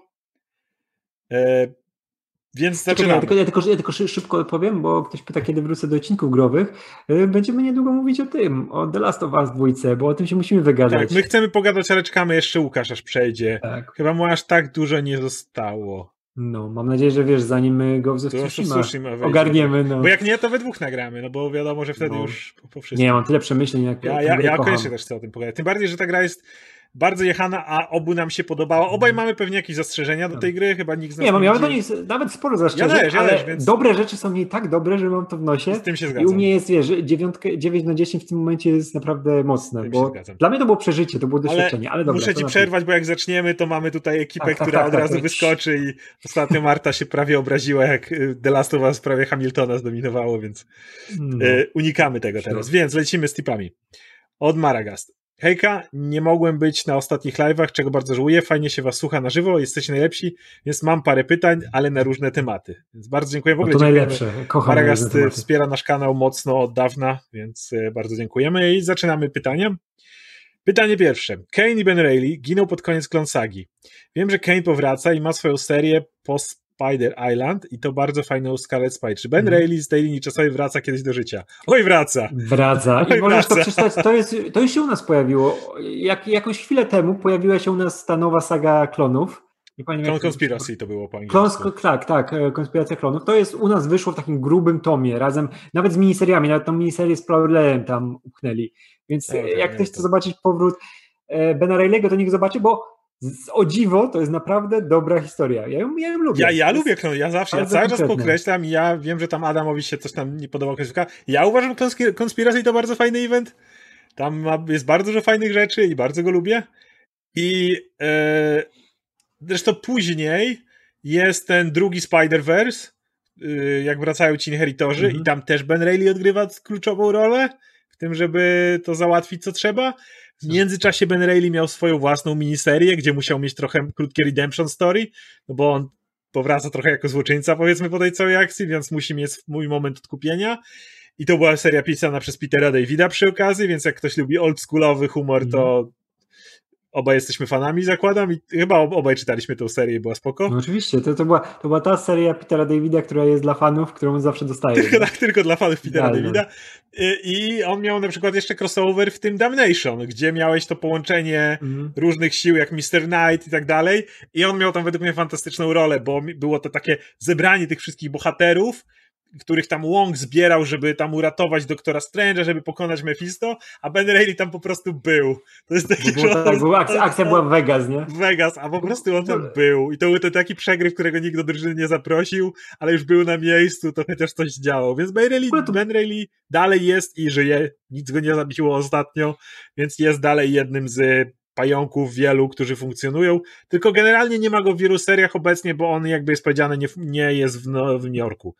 Więc zaczynamy. Ja tylko szybko powiem, bo ktoś pyta, kiedy wrócę do odcinków growych. Będziemy niedługo mówić o The Last of Us 2, bo o tym się musimy wygadać. Tak, my chcemy pogadać, ale czekamy jeszcze Łukasz aż przejdzie. Tak. Chyba mu aż tak dużo nie zostało. No, mam nadzieję, że wiesz, zanim Ghost of Tsushima ogarniemy. No. Bo jak nie, to we dwóch nagramy, no bo wiadomo, że wtedy już po wszystkim. Nie, mam tyle przemyśleń, jak ja koniecznie też chcę o tym pogadać. Tym bardziej, że ta gra jest bardzo jechana, a obu nam się podobała. Obaj mamy pewnie jakieś zastrzeżenia do tej gry, chyba nikt z nas nie mam do niej nawet sporo zastrzeżeń, ale więc dobre rzeczy są w niej tak dobre, że mam to w nosie. Z tym się zgadzam. I u mnie jest, wiesz, 9 na 10 w tym momencie jest naprawdę mocne, bo dla mnie to było przeżycie, to było doświadczenie, ale dobra. Muszę ci przerwać, bo jak zaczniemy, to mamy tutaj ekipę, która od razu wyskoczy i ostatnio Marta się prawie obraziła, jak The Last of Us prawie Hamiltona zdominowało, więc unikamy tego teraz. Więc lecimy z tipami. Od Maragast. Hejka, nie mogłem być na ostatnich live'ach, czego bardzo żałuję, fajnie się was słucha na żywo, jesteście najlepsi, więc mam parę pytań, ale na różne tematy. Więc bardzo dziękuję. W ogóle to najlepsze, kocham. Maragast wspiera nasz kanał mocno od dawna, więc bardzo dziękujemy i zaczynamy pytania. Pytanie pierwsze. Kane i Ben Reilly giną pod koniec Clone Sagi. Wiem, że Kane powraca i ma swoją serię po Spider Island i to bardzo fajną Scarlet Spider. Czy Ben Reilly z tej linii czasowej wraca kiedyś do życia? Oj, wraca! I możesz to przeczytać, to już się u nas pojawiło. Jakąś chwilę temu pojawiła się u nas ta nowa saga klonów. Nie pamiętam, Conspiracy to było po angielsku. Tak, Konspiracja klonów. To jest u nas wyszło w takim grubym tomie, razem, nawet z miniseriami, nawet tą miniserię z Prowlerem tam upchnęli. Więc jak ktoś chce zobaczyć powrót Bena Reilly'ego, to niech zobaczy, bo o dziwo, to jest naprawdę dobra historia. Ja ją lubię. Ja lubię klon, ja cały czas podkreślam, ja wiem, że tam Adamowi się coś tam nie podobało. Ja uważam Conspiracy to bardzo fajny event. Tam jest bardzo dużo fajnych rzeczy i bardzo go lubię. I zresztą później jest ten drugi Spider-Verse, jak wracają ci inheritorzy i tam też Ben Reilly odgrywa kluczową rolę w tym, żeby to załatwić co trzeba. W międzyczasie Ben Reilly miał swoją własną miniserię, gdzie musiał mieć trochę krótkie redemption story, no bo on powraca trochę jako złoczyńca, powiedzmy, po tej całej akcji, więc musi mieć mój moment odkupienia. I to była seria pisana przez Petera Davida przy okazji, więc jak ktoś lubi oldschoolowy humor, to obaj jesteśmy fanami, zakładam, i chyba obaj czytaliśmy tę serię i była spoko. No oczywiście, to była ta seria Petera Davida, która jest dla fanów, którą on zawsze dostaje. Tylko dla fanów Petera Davida. I on miał na przykład jeszcze crossover w tym Damnation, gdzie miałeś to połączenie różnych sił, jak Mr. Knight i tak dalej, i on miał tam według mnie fantastyczną rolę, bo było to takie zebranie tych wszystkich bohaterów, których tam Wong zbierał, żeby tam uratować Doktora Strange'a, żeby pokonać Mephisto, a Ben Reilly tam po prostu był. To jest taki akcja była w Vegas, nie? W Vegas, a po prostu on tam był. I to był taki przegryw, którego nikt do drużyny nie zaprosił, ale już był na miejscu, to chociaż coś działo. Więc Ben Reilly dalej jest i żyje. Nic go nie zabiło ostatnio, więc jest dalej jednym z pająków wielu, którzy funkcjonują, tylko generalnie nie ma go w wielu seriach obecnie, bo on, jakby jest powiedziane, nie jest w Nowym Jorku.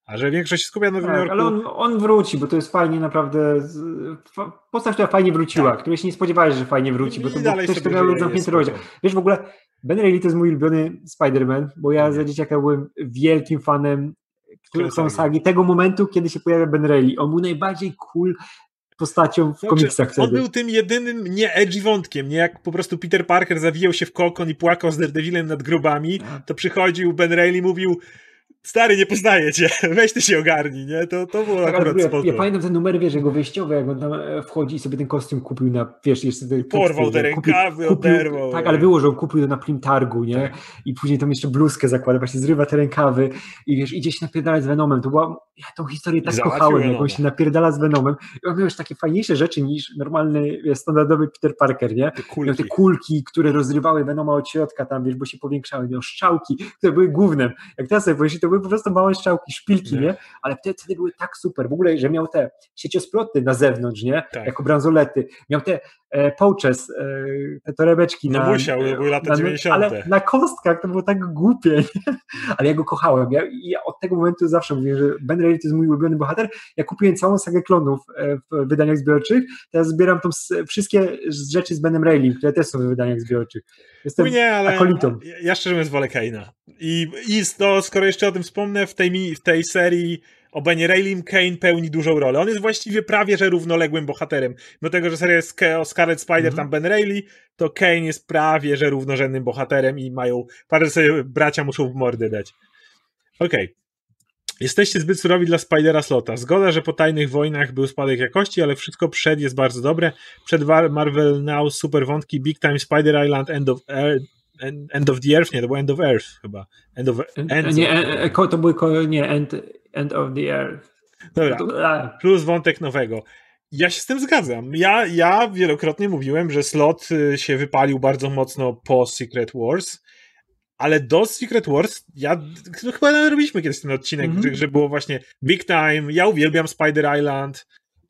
A że większość skupia na Nowym Jorku... ale on wróci, bo to jest fajnie naprawdę... Postać, która fajnie wróciła, której się nie spodziewałeś, że fajnie wróci, bo to był ktoś, kto miał zamknięty rozdział. Wiesz, w ogóle Ben Reilly to jest mój ulubiony Spider-Man, bo ja za dzieciaka byłem wielkim fanem sagi. Tego momentu, kiedy się pojawia Ben Reilly. On był najbardziej cool postacią w komiksach wtedy. On był tym jedynym nie edgy wątkiem, nie jak po prostu Peter Parker zawijał się w kokon i płakał z Daredevilem nad grobami, to przychodził Ben Reilly i mówił: stary, nie poznaję cię, weź ty się ogarnij, nie? To było akurat spoko. Ja pamiętam ten numer, wiesz, jego wyjściowy, jak on tam wchodzi i sobie ten kostium kupił na, wiesz, jeszcze te porwał te rękawy, oderwał. Tak, ale było, że on kupił na Primtargu, nie? Tak. I później tam jeszcze bluzkę zakłada, właśnie zrywa te rękawy i wiesz, idzie się napierdalać z Venomem. To była, ja tą historię tak kochałem, jak on się napierdala z Venomem. I on miał już takie fajniejsze rzeczy niż normalny, wiesz, standardowy Peter Parker, nie? Miał te kulki, które rozrywały Venoma od środka tam, wiesz, bo się powiększały. Miał strzałki, które były gównem. Jak teraz sobie powiedzieć, to były po prostu małe strzałki, szpilki, nie? Ale wtedy były tak super. W ogóle, że miał te sieciosploty na zewnątrz, nie? Tak. Jako bransolety. Miał te pouches, te torebeczki. No musiał, były lata 90. Ale na kostkach to było tak głupie, nie? Ale ja go kochałem. Ja od tego momentu zawsze mówię, że Ben Reilly to jest mój ulubiony bohater. Ja kupiłem całą sagę klonów w wydaniach zbiorczych. Teraz zbieram tam wszystkie rzeczy z Benem Reilly, które też są w wydaniach zbiorczych. Jestem akolitą. Ja szczerze mówiąc wolę Kane'a. I to, skoro jeszcze o tym wspomnę, w tej serii o Benie Reilly Kane pełni dużą rolę. On jest właściwie prawie że równoległym bohaterem. Mimo tego, że seria jest o Scarlet Spider, tam Ben Reilly, to Kane jest prawie że równorzędnym bohaterem i mają... Parę sobie bracia muszą w mordę dać. Okej. Jesteście zbyt surowi dla Spidera Slota. Zgoda, że po Tajnych Wojnach był spadek jakości, ale wszystko przed jest bardzo dobre. Przed Marvel Now super wątki, Big Time Spider Island, End of the Earth, nie, to był End of Earth chyba. End of the Earth. Dobra, plus wątek nowego. Ja się z tym zgadzam. Ja wielokrotnie mówiłem, że Slot się wypalił bardzo mocno po Secret Wars, ale do Secret Wars, chyba robiliśmy kiedyś ten odcinek, że było właśnie Big Time, ja uwielbiam Spider Island,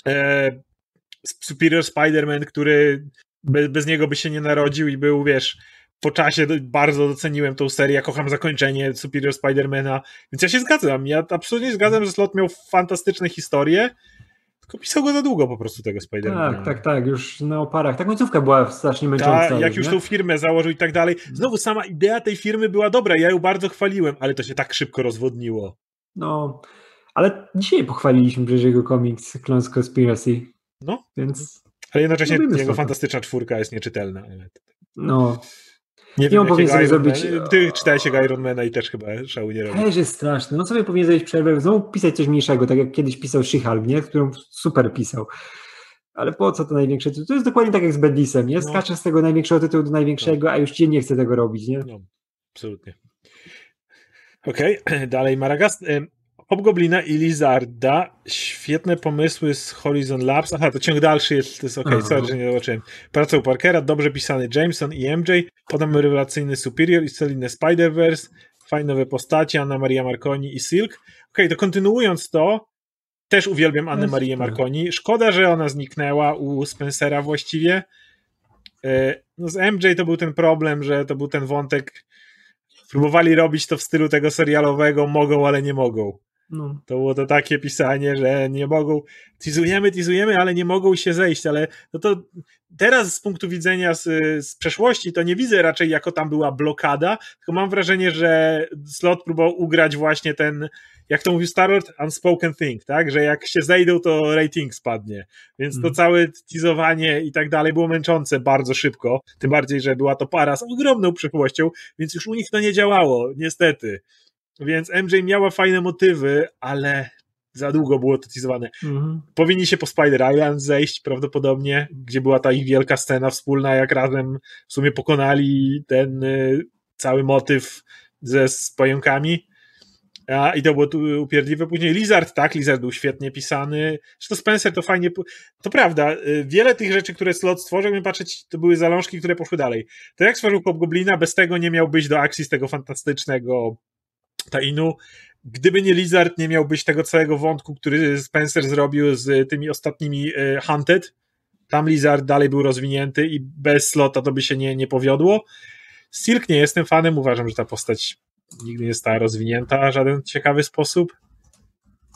Superior Spider-Man, który bez niego by się nie narodził i był, wiesz, po czasie bardzo doceniłem tą serię, ja kocham zakończenie Superior Spider-Mana, więc ja się zgadzam, ja absolutnie zgadzam, że Slot miał fantastyczne historie, tylko pisał go za długo po prostu tego Spider-Mana. Tak, już na oparach. Ta końcówka była strasznie męcząca. Jak już tą firmę założył i tak dalej. Znowu sama idea tej firmy była dobra, ja ją bardzo chwaliłem, ale to się tak szybko rozwodniło. No, ale dzisiaj pochwaliliśmy przecież jego komiks Clones Conspiracy. No, więc... ale jednocześnie jego fantastyczna czwórka jest nieczytelna. No... Nie wiem, powinien sobie zrobić. Ty czytałeś jego Ironmana i też chyba szału nie robi. Też jest straszny. No sobie powinien zrobić przerwę, znowu pisać coś mniejszego, tak jak kiedyś pisał She-Hulk, nie? Którą super pisał. Ale po co to największe? To jest dokładnie tak jak z Bendisem, nie? Skacze z tego największego tytułu do największego, a już ci nie chce tego robić, nie? No, absolutnie. Okej, dalej Maragast. Hobgoblina i Lizarda. Świetne pomysły z Horizon Labs. Aha, to ciąg dalszy jest, to jest okej, sorry, że nie zobaczyłem. Praca u Parkera, dobrze pisany Jameson i MJ, potem rewelacyjny Superior i Celine Spider-Verse, fajne nowe postacie, Anna Maria Marconi i Silk. Okej, to kontynuując to, też uwielbiam Annę Marię Marconi. Szkoda, że ona zniknęła u Spencera właściwie. No z MJ to był ten problem, że to był ten wątek, próbowali robić to w stylu tego serialowego, mogą, ale nie mogą. No. To było to takie pisanie, że nie mogą, teasujemy, ale nie mogą się zejść, ale no to teraz z punktu widzenia z przeszłości to nie widzę raczej jako tam była blokada, tylko mam wrażenie, że Slot próbował ugrać właśnie ten, jak to mówił Star-Lord, unspoken thing, tak, że jak się zejdą, to rating spadnie, więc to całe teasowanie i tak dalej było męczące bardzo szybko, tym bardziej, że była to para z ogromną przyszłością, więc już u nich to nie działało, niestety. Więc MJ miała fajne motywy, ale za długo było to teasowane. Powinni się po Spider Island zejść prawdopodobnie, gdzie była ta ich wielka scena wspólna, jak razem w sumie pokonali ten cały motyw z pająkami. I to było tu upierdliwe. Później Lizard był świetnie pisany. Zresztą Spencer to fajnie... To prawda, wiele tych rzeczy, które Slot stworzył, jak patrzeć, to były zalążki, które poszły dalej. To jak stworzył Hobgoblina, bez tego nie miał być do akcji z tego fantastycznego Tainu. Gdyby nie Lizard, nie miał być tego całego wątku, który Spencer zrobił z tymi ostatnimi Hunted. Tam Lizard dalej był rozwinięty i bez Slota to by się nie powiodło. Silk nie jestem fanem, uważam, że ta postać nigdy nie została rozwinięta w żaden ciekawy sposób.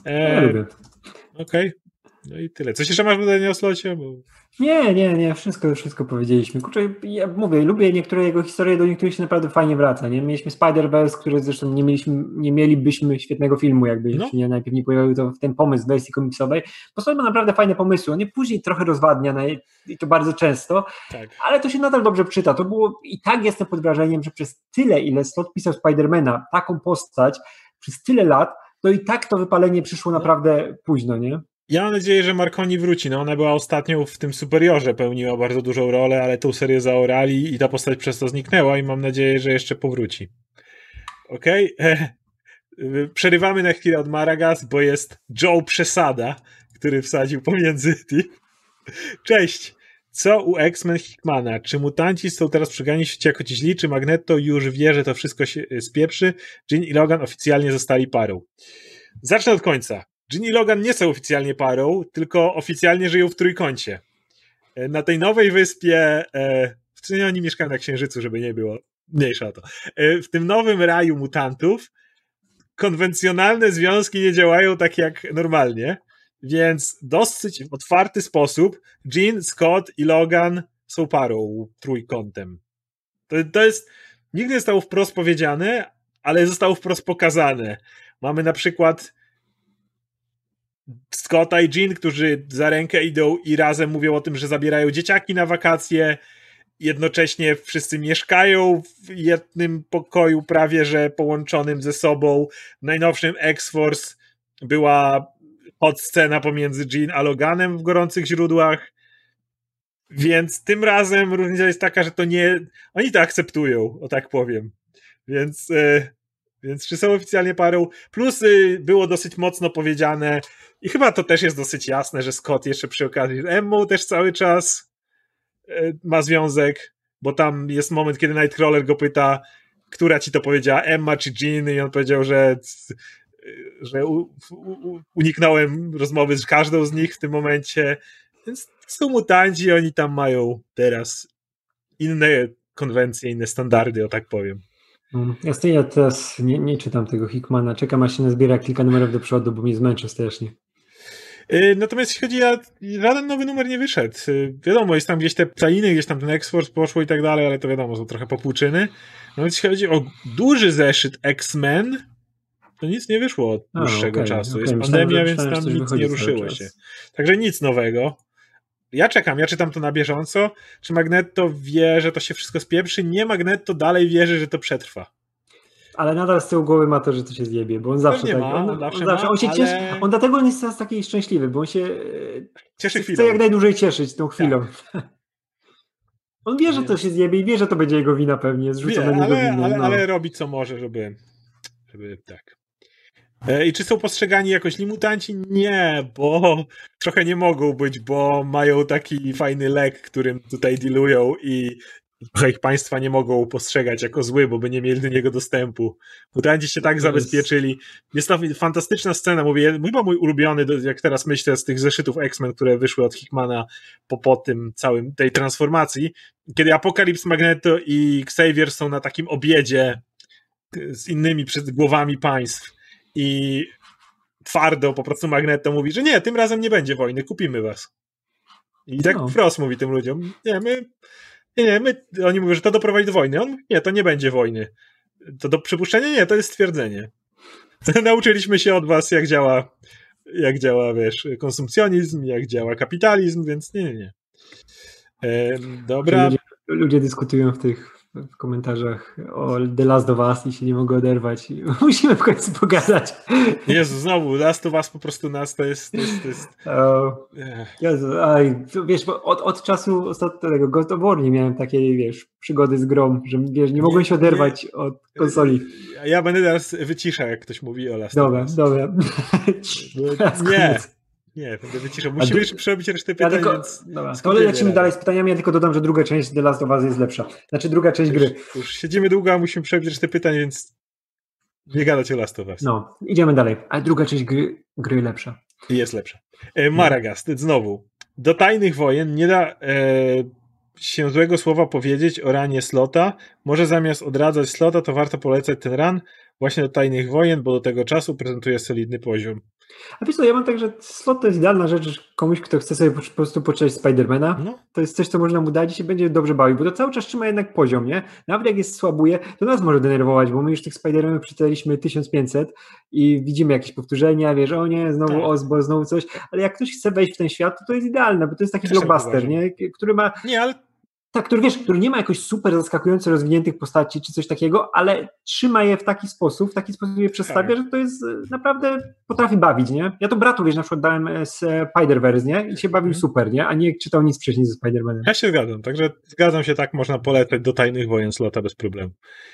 Ja lubię. Okej. No i tyle. Coś jeszcze masz do dodania o slocie? Bo... Nie, wszystko powiedzieliśmy. Kurczę, ja mówię, lubię niektóre jego historie, do niektórych się naprawdę fajnie wraca, nie? Mieliśmy Spider-Verse, który zresztą nie mielibyśmy świetnego filmu, jakby się najpierw nie pojawił to w ten pomysł w wersji komiksowej. Po prostu ma naprawdę fajne pomysły. On je później trochę rozwadnia i to bardzo często, tak. Ale to się nadal dobrze czyta. To było i tak jestem pod wrażeniem, że przez tyle, ile Slott pisał Spidermana, taką postać, przez tyle lat, to i tak to wypalenie przyszło naprawdę późno, nie? Ja mam nadzieję, że Marconi wróci. No ona była ostatnio w tym Superiorze, pełniła bardzo dużą rolę, ale tą serię zaorali i ta postać przez to zniknęła i mam nadzieję, że jeszcze powróci. Okej? Przerywamy na chwilę od Maragas, bo jest Joe Przesada, który wsadził pomiędzy tym. Cześć! Co u X-Men Hickmana? Czy mutanci są teraz przegani jako ci źli, czy Magneto już wie, że to wszystko się spieprzy? Jean i Logan oficjalnie zostali parą. Zacznę od końca. Jean i Logan nie są oficjalnie parą, tylko oficjalnie żyją w trójkącie. Na tej nowej wyspie, w sumie oni mieszkają na Księżycu, żeby nie było, mniejsza o to. W tym nowym raju mutantów konwencjonalne związki nie działają tak jak normalnie, więc dosyć w otwarty sposób Jean, Scott i Logan są parą, trójkątem. To jest, nigdy nie zostało wprost powiedziane, ale zostało wprost pokazane. Mamy na przykład Scotta i Jean, którzy za rękę idą i razem mówią o tym, że zabierają dzieciaki na wakacje, jednocześnie wszyscy mieszkają w jednym pokoju, prawie że połączonym ze sobą. W najnowszym X-Force była hot scena pomiędzy Jean a Loganem w Gorących Źródłach, więc tym razem różnica jest taka, że to nie... Oni to akceptują, o tak powiem. Więc czy są oficjalnie parą? Plus było dosyć mocno powiedziane i chyba to też jest dosyć jasne, że Scott jeszcze przy okazji z Emmą też cały czas ma związek, bo tam jest moment, kiedy Nightcrawler go pyta, która ci to powiedziała, Emma czy Jean, i on powiedział, że uniknąłem rozmowy z każdą z nich w tym momencie, więc są mutanci, oni tam mają teraz inne konwencje, inne standardy, o tak powiem. Ja teraz nie czytam tego Hickmana, czekam aż się nazbiera kilka numerów do przodu, bo mnie zmęczy strasznie. Natomiast jeśli chodzi o żaden nowy numer nie wyszedł. Wiadomo, jest tam gdzieś te ptainy, gdzieś tam ten X-Force poszło i tak dalej, ale to wiadomo, są trochę popłuczyny. Natomiast jeśli chodzi o duży zeszyt X-Men, to nic nie wyszło od dłuższego czasu. Jest pandemia, więc tam nic nie ruszyło się. Także nic nowego. Ja czekam, ja czytam to na bieżąco. Czy Magneto wie, że to się wszystko spieprzy? Nie, Magneto dalej wierzy, że to przetrwa. Ale nadal z tyłu głowy ma to, że to się zjebie, bo on zawsze tak... On się cieszy, on dlatego on jest teraz taki szczęśliwy, bo on się chce jak najdłużej cieszyć tą chwilą. Tak. On wie, że to się zjebie i wie, że to będzie jego wina pewnie, zrzuca na niego winę. Ale robi co może, żeby tak. I czy są postrzegani jakoś mutanci? Nie, bo trochę nie mogą być, bo mają taki fajny lek, którym tutaj dealują i trochę ich państwa nie mogą postrzegać jako zły, bo by nie mieli do niego dostępu. Mutanci się tak zabezpieczyli. Jest to fantastyczna scena, mówię, chyba mój ulubiony, jak teraz myślę, z tych zeszytów X-Men, które wyszły od Hickmana po tym całym tej transformacji, kiedy Apokalips, Magneto i Xavier są na takim obiedzie z innymi przed głowami państw i twardo po prostu Magneto mówi, że nie, tym razem nie będzie wojny, kupimy was. I tak wprost mówi tym ludziom, oni mówią, że to doprowadzi do wojny. On mówi, nie, to nie będzie wojny. To do przypuszczenia? Nie, to jest stwierdzenie. Nauczyliśmy się od was, jak działa, wiesz, konsumpcjonizm, jak działa kapitalizm, więc nie. Dobra. Ludzie dyskutują w komentarzach o The Last of Us i się nie mogą oderwać. Musimy w końcu pogadać. Jezu, znowu, Last of Us po prostu nas to jest... Jezu, wiesz, od czasu ostatniego Ghost of War nie miałem takiej, wiesz, przygody z grą, że wiesz, nie mogłem się oderwać od konsoli. Ja będę teraz wyciszał, jak ktoś mówi o Last of Us. Dobra. Nie, będę wyciszał. Musimy jeszcze przerobić resztę pytań, więc... Dobra, to lecimy dalej z pytaniami, ja tylko dodam, że druga część The Last of Us jest lepsza. Znaczy druga część gry. Już siedzimy długo, a musimy przerobić resztę pytań, więc nie gadać o Last of Us. No, idziemy dalej. Ale druga część gry lepsza. Jest lepsza. Maragast, znowu. Do Tajnych Wojen nie da się złego słowa powiedzieć o ranie Slotta. Może zamiast odradzać Slotta, to warto polecać ten ran właśnie do Tajnych Wojen, bo do tego czasu prezentuje solidny poziom. A wiesz co, ja mam tak, że slot to jest idealna rzecz komuś, kto chce sobie po prostu poczytać Spidermana. No. To jest coś, co można mu dać i się będzie dobrze bawił, bo to cały czas trzyma jednak poziom, nie? Nawet jak jest słabuje, to nas może denerwować, bo my już tych Spidermanów przeczytaliśmy 1500 i widzimy jakieś powtórzenia, wiesz, o nie, znowu Osborn, znowu coś, ale jak ktoś chce wejść w ten świat, to jest idealne, bo to jest taki blockbuster, nie? Który ma... Nie, ale tak, który nie ma jakoś super zaskakująco rozwiniętych postaci czy coś takiego, ale trzyma je w taki sposób je przedstawia, że to jest naprawdę potrafi bawić, nie? Ja to bratu, wiesz, na przykład dałem Spider-Verse, nie? I się bawił super, nie? A nie czytał nic wcześniej ze Spider-Manem. Ja się zgadzam, także zgadzam się, tak można polecać do Tajnych Wojen Slota bez problemu.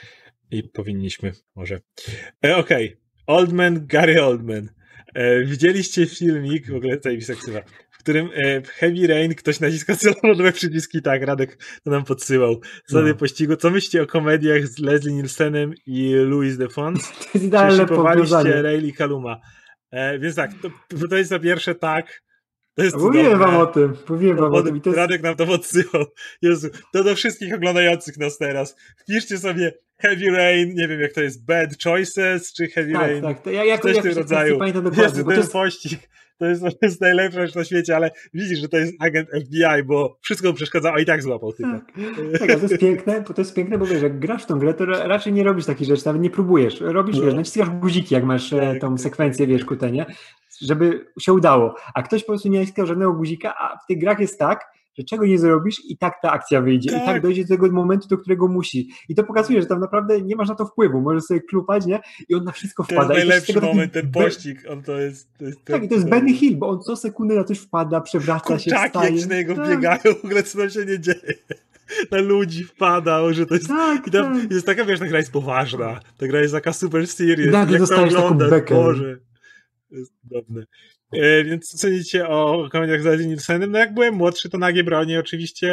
I powinniśmy, może. Okej. Oldman, Gary Oldman. Widzieliście filmik, w ogóle tutaj seksywa, w którym w Heavy Rain ktoś naciska celowe przyciski, tak, Radek to nam podsyłał. Zasady pościgu. Co myślicie o komediach z Leslie Nielsenem i Louis de Fonz? To jest idealne porównanie. Ray i Kaluma. Więc tak, to jest za pierwsze tak. Mówiłem wam o tym. I Radek nam to podsyłał. Jezu, to do wszystkich oglądających nas teraz. Wpiszcie sobie Heavy Rain, nie wiem jak to jest, Bad Choices, czy Heavy Rain. Tak, coś w tym rodzaju. Jezu, ten pościg. To jest najlepsza rzecz na świecie, ale widzisz, że to jest agent FBI, bo wszystko mu przeszkadzało, a i tak złapał typa. Tak, to jest piękne, bo wiesz, jak grasz w tą grę, to raczej nie robisz takich rzeczy, nawet nie próbujesz. Robisz, wiesz, naciskasz guziki, jak masz tą sekwencję, wiesz, kutenie, żeby się udało. A ktoś po prostu nie naciskał żadnego guzika, a w tych grach jest tak, że czego nie zrobisz i tak ta akcja wyjdzie. Tak. I tak dojdzie do tego momentu, do którego musi. I to pokazuje, że tam naprawdę nie masz na to wpływu. Możesz sobie klupać, nie? I on na wszystko wpada. To jest najlepszy moment, ten pościg. Tak, i to jest Benny Hill, bo on co sekundę na coś wpada, przewraca się, wstaje. Kurczaki jak na niego biegają, w ogóle co tam się nie dzieje. Na ludzi wpada, że to jest... I tam jest taka, wiesz, ta gra jest poważna. Ta gra jest taka super serious. Tak, jak to oglądać, Boże. To jest cudowne. Więc co sądzicie o komediach z Leslie Nielsenem? No jak byłem młodszy, to Nagie Bronie oczywiście...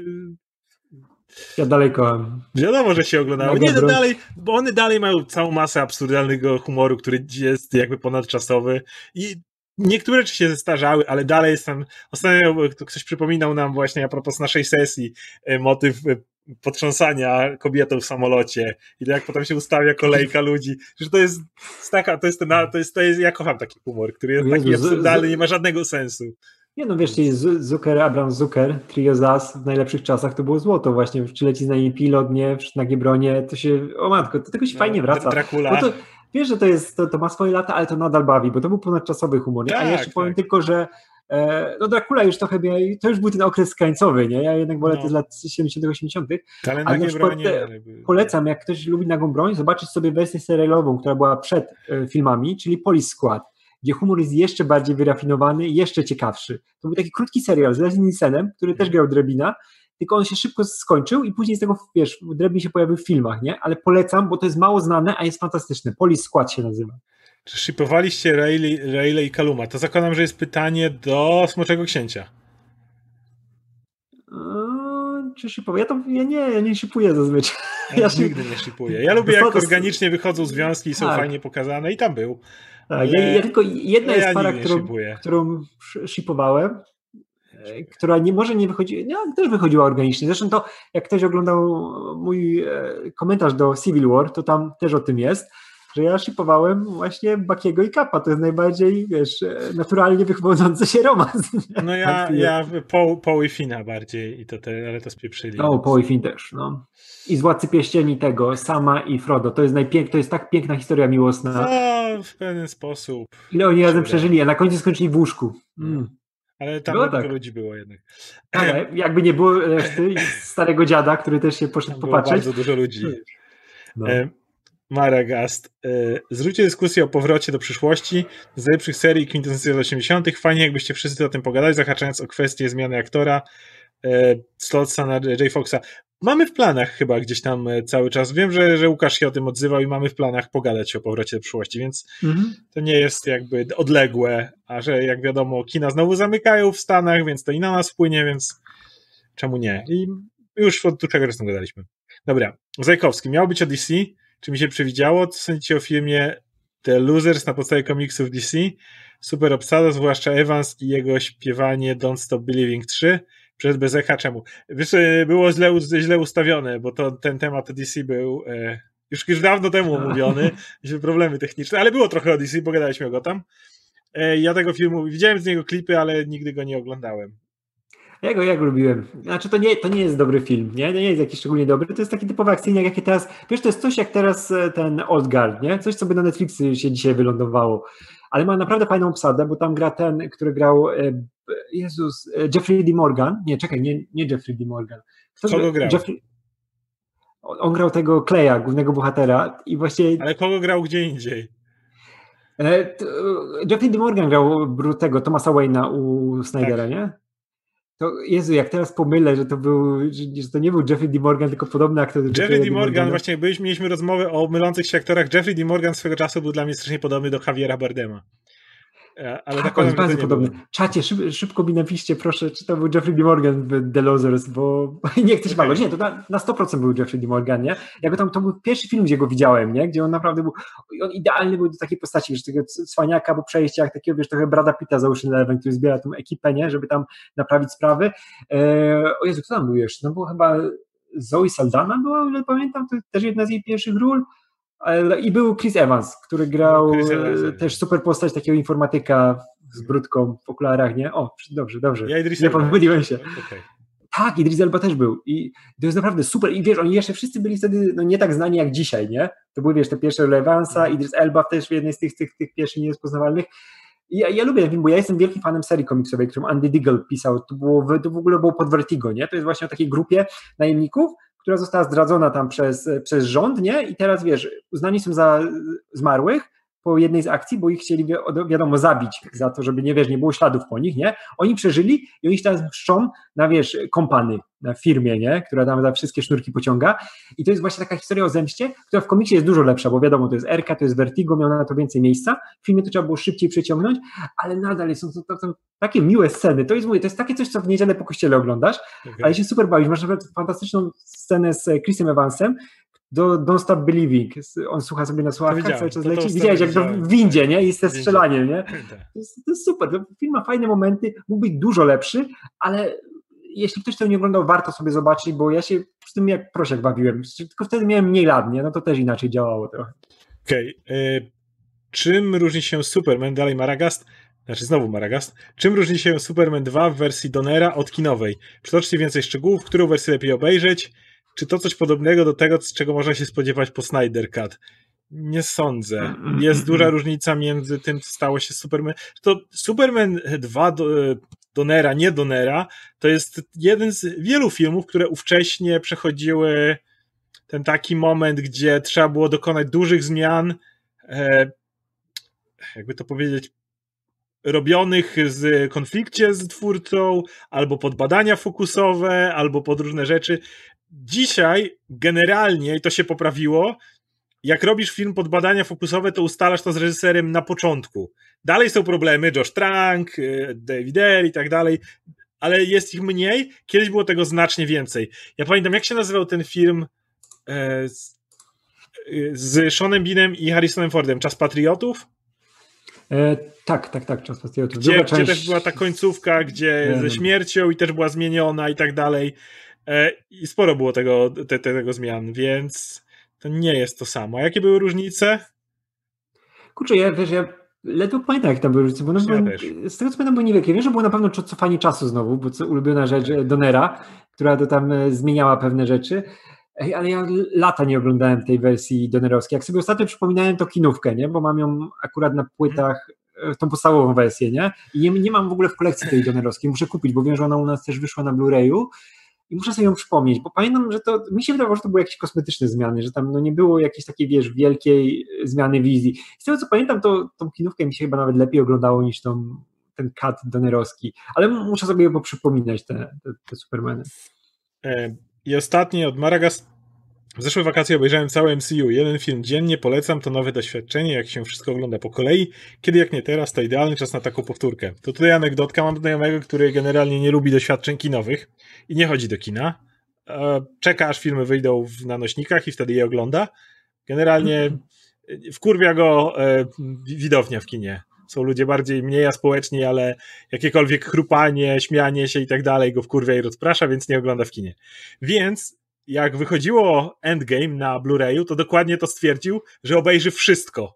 Ja dalej kocham. Wiadomo, że się oglądało. Nie, no dalej, bo one dalej mają całą masę absurdalnego humoru, który jest jakby ponadczasowy i niektóre rzeczy się zestarzały, ale dalej jest tam... Ostatnio ktoś przypominał nam właśnie a propos naszej sesji motyw potrząsania kobietą w samolocie i to jak potem się ustawia kolejka ludzi, że to jest taka, ja kocham taki humor, który jest taki absurdalny, nie ma żadnego sensu. Nie no wiesz, Abrams Zucker, Trio Zas w najlepszych czasach to było złoto właśnie, czy leci z nami pilot, nie, na Gibronie, to się, o matko, do tego się fajnie wraca. Dracula. To, wiesz, że to ma swoje lata, ale to nadal bawi, bo to był ponadczasowy humor, nie? A ja jeszcze powiem tylko, że no Dracula już trochę, to już był ten okres krańcowy, nie? Ja jednak wolę te z lat 70 80 ale na przykład polecam, jak ktoś lubi Nagą Broń, zobaczyć sobie wersję serialową, która była przed filmami, czyli Police Squad, gdzie humor jest jeszcze bardziej wyrafinowany, jeszcze ciekawszy. To był taki krótki serial z Leslie Nielsenem, który też grał Drebina, tylko on się szybko skończył i później z tego, wiesz, Drebin się pojawił w filmach, nie? Ale polecam, bo to jest mało znane, a jest fantastyczne. Police Squad się nazywa. Czy shipowaliście Rayleigh i Kaluma? To zakładam, że jest pytanie do Smoczego Księcia. Czy shipować? Ja nie shipuję zazwyczaj. Ja nigdy nie shipuję. Ja lubię, jak organicznie wychodzą związki i są fajnie pokazane i tam był. Tak, ja tylko jedna jest para, którą shipowałem, która może nie wychodzi, też wychodziła organicznie. Zresztą to, jak ktoś oglądał mój komentarz do Civil War, to tam też o tym jest, że ja shipowałem właśnie Buckiego i Capa. To jest najbardziej, wiesz, naturalnie wychodzący się romans. No ja Paul i Finna bardziej, ale to spieprzyli. No, Paul i Finn też, no. I z Władcy Pierścieni tego, Sama i Frodo. To jest tak piękna historia miłosna. No, w pewien sposób. Ile oni razem przeżyli, a na końcu skończyli w łóżku. Ale tam dużo ludzi było jednak. Ale jakby nie było reszty starego dziada, który też się poszedł popatrzeć. Bardzo dużo ludzi. No. Maragast. Zróbcie dyskusję o powrocie do przyszłości z najlepszych serii kwintesencji lat 80. Fajnie, jakbyście wszyscy o tym pogadali, zahaczając o kwestię zmiany aktora Slotsa na J. Foxa. Mamy w planach chyba gdzieś tam cały czas. Wiem, że Łukasz się o tym odzywał i mamy w planach pogadać o powrocie do przyszłości, więc to nie jest jakby odległe, a że jak wiadomo kina znowu zamykają w Stanach, więc to i na nas wpłynie, więc czemu nie? I już od czego zresztą gadaliśmy. Dobra, Zajkowski. Miał być o DC, czy mi się przewidziało? Co sądzicie o filmie The Losers na podstawie komiksów DC? Super obsada, zwłaszcza Evans i jego śpiewanie Don't Stop Believing 3. Przed bez echa. Czemu? Wiesz, było źle ustawione, bo ten temat DC był już dawno temu omówiony. Mieliśmy problemy techniczne, ale było trochę o DC, pogadaliśmy go tam. Ja tego filmu, widziałem z niego klipy, ale nigdy go nie oglądałem. Ja go lubiłem. Znaczy to nie jest dobry film, nie? To nie jest jakiś szczególnie dobry, to jest taki typowy akcyjniak, jakie teraz, wiesz, to jest coś jak teraz ten Old Guard, nie? Coś, co by na Netflixie się dzisiaj wylądowało. Ale ma naprawdę fajną obsadę, bo tam gra ten, który grał Jeffrey D. Morgan. Nie, czekaj, nie Jeffrey D. Morgan. Kogo grał? On grał tego Kleja, głównego bohatera i właśnie... Ale kogo grał gdzie indziej? Jeffrey D. Morgan grał tego Thomasa Wayne'a u Snydera, tak. Nie? To Jezu, jak teraz pomylę, że to nie był Jeffrey D. Morgan, tylko podobny aktor. Jeffrey D. Morgan, właśnie mieliśmy rozmowę o mylących się aktorach. Jeffrey D. Morgan swego czasu był dla mnie strasznie podobny do Javiera Bardema. Ale tak, on jest bardzo podobny. Czacie, szybko mi napiszcie, proszę, czy to był Jeffrey D. Morgan w The Losers, bo nie chcę się bawić. Nie, to na 100% był Jeffrey D. Morgan, nie? Ja go tam, to był pierwszy film, gdzie go widziałem, nie? Gdzie on naprawdę był, on idealny był do takiej postaci, wiesz, tego cwaniaka, bo przejściach takiego, wiesz, trochę Brada Pitta z Ocean Eleven, który zbiera tą ekipę, nie? Żeby tam naprawić sprawy. O Jezu, kto tam był jeszcze? No było chyba Zoe Saldana była, o ile pamiętam, to też jedna z jej pierwszych ról. I był Chris Evans, który grał też super postać takiego informatyka z brudką w okularach, nie? O, dobrze. Ja nie pomyliłem się. Okay. Tak, Idris Elba też był. I to jest naprawdę super. I wiesz, oni jeszcze wszyscy byli wtedy nie tak znani jak dzisiaj, nie? To były, wiesz, te pierwsze role Evansa, Idris Elba też w jednej z tych pierwszych nierozpoznawalnych. I ja lubię ten film, bo ja jestem wielkim fanem serii komiksowej, którą Andy Diggle pisał. To w ogóle było pod Vertigo, nie? To jest właśnie o takiej grupie najemników, która została zdradzona tam przez rząd, nie? I teraz, wiesz, uznani są za zmarłych po jednej z akcji, bo ich chcieli, wiadomo, zabić za to, żeby, nie było śladów po nich, nie? Oni przeżyli i oni się teraz mszczą na, wiesz, kompany, na firmie, nie? Która tam za wszystkie sznurki pociąga. I to jest właśnie taka historia o zemście, która w komiksie jest dużo lepsza, bo wiadomo, to jest Erka, to jest Vertigo, miał na to więcej miejsca. W filmie to trzeba było szybciej przeciągnąć, ale nadal są to takie miłe sceny. To jest takie coś, co w niedzielę po kościele oglądasz, ale się super bawisz. Masz nawet fantastyczną scenę z Chrisem Evansem, do Don't Stop Believing. On słucha sobie na słuchawkach, cały czas leci. Widziałeś, jak to w windzie, nie? I ze strzelaniem, nie? To jest super. Film ma fajne momenty, mógł być dużo lepszy, ale jeśli ktoś tego nie oglądał, warto sobie zobaczyć, bo ja się z tym jak prosiak bawiłem. Tylko wtedy miałem mniej lat, nie? No to też inaczej działało trochę. Okej. Czym różni się Superman, dalej Maragast, znowu Maragast, czym różni się Superman 2 w wersji Donnera od kinowej? Przytoczcie więcej szczegółów, którą wersję lepiej obejrzeć? Czy to coś podobnego do tego, czego można się spodziewać po Snyder Cut? Nie sądzę. Jest duża różnica między tym, co stało się Superman. To Superman 2 Donnera, nie Donnera, to jest jeden z wielu filmów, które ówcześnie przechodziły ten taki moment, gdzie trzeba było dokonać dużych zmian, jakby to powiedzieć, robionych z konflikcie z twórcą, albo pod badania fokusowe, albo pod różne rzeczy. Dzisiaj generalnie, i to się poprawiło, jak robisz film pod badania fokusowe, to ustalasz to z reżyserem na początku. Dalej są problemy, Josh Trank, David Ayer i tak dalej, ale jest ich mniej. Kiedyś było tego znacznie więcej. Ja pamiętam, jak się nazywał ten film z Seanem Beanem i Harrisonem Fordem? Czas Patriotów? Tak, Czas Patriotów. Gdzie też była ta końcówka, gdzie ze śmiercią i też była zmieniona i tak dalej. I sporo było tego zmian, więc to nie jest to samo. A jakie były różnice? Kurczę, ja ledwo pamiętam, jak tam były różnice, bo z tego co pamiętam były niewielkie. Wiesz, że było na pewno cofanie czasu znowu, bo co ulubiona rzecz Donnera, która to tam zmieniała pewne rzeczy, ale ja lata nie oglądałem tej wersji donnerowskiej. Jak sobie ostatnio przypominałem, to kinówkę, nie? Bo mam ją akurat na płytach, tą podstawową wersję, nie? I nie mam w ogóle w kolekcji tej donnerowskiej, muszę kupić, bo wiem, że ona u nas też wyszła na Blu-rayu. I muszę sobie ją przypomnieć, bo pamiętam, że mi się wydawało, że to były jakieś kosmetyczne zmiany, że tam nie było jakiejś takiej, wiesz, wielkiej zmiany wizji. I z tego co pamiętam, to tą kinówkę mi się chyba nawet lepiej oglądało niż ten cut donnerowski, ale muszę sobie poprzypominać te Supermany. I ostatnie od Maragast. W zeszłe wakacje obejrzałem całe MCU. Jeden film dziennie, polecam, to nowe doświadczenie, jak się wszystko ogląda po kolei. Kiedy jak nie teraz, to idealny czas na taką powtórkę. To tutaj anegdotka, mam znajomego, który generalnie nie lubi doświadczeń kinowych i nie chodzi do kina. Czeka, aż filmy wyjdą na nośnikach i wtedy je ogląda. Generalnie wkurwia go widownia w kinie. Są ludzie mniej aspołeczni, ale jakiekolwiek chrupanie, śmianie się i tak dalej go wkurwia i rozprasza, więc nie ogląda w kinie. Więc jak wychodziło Endgame na Blu-rayu, to dokładnie to stwierdził, że obejrzy wszystko.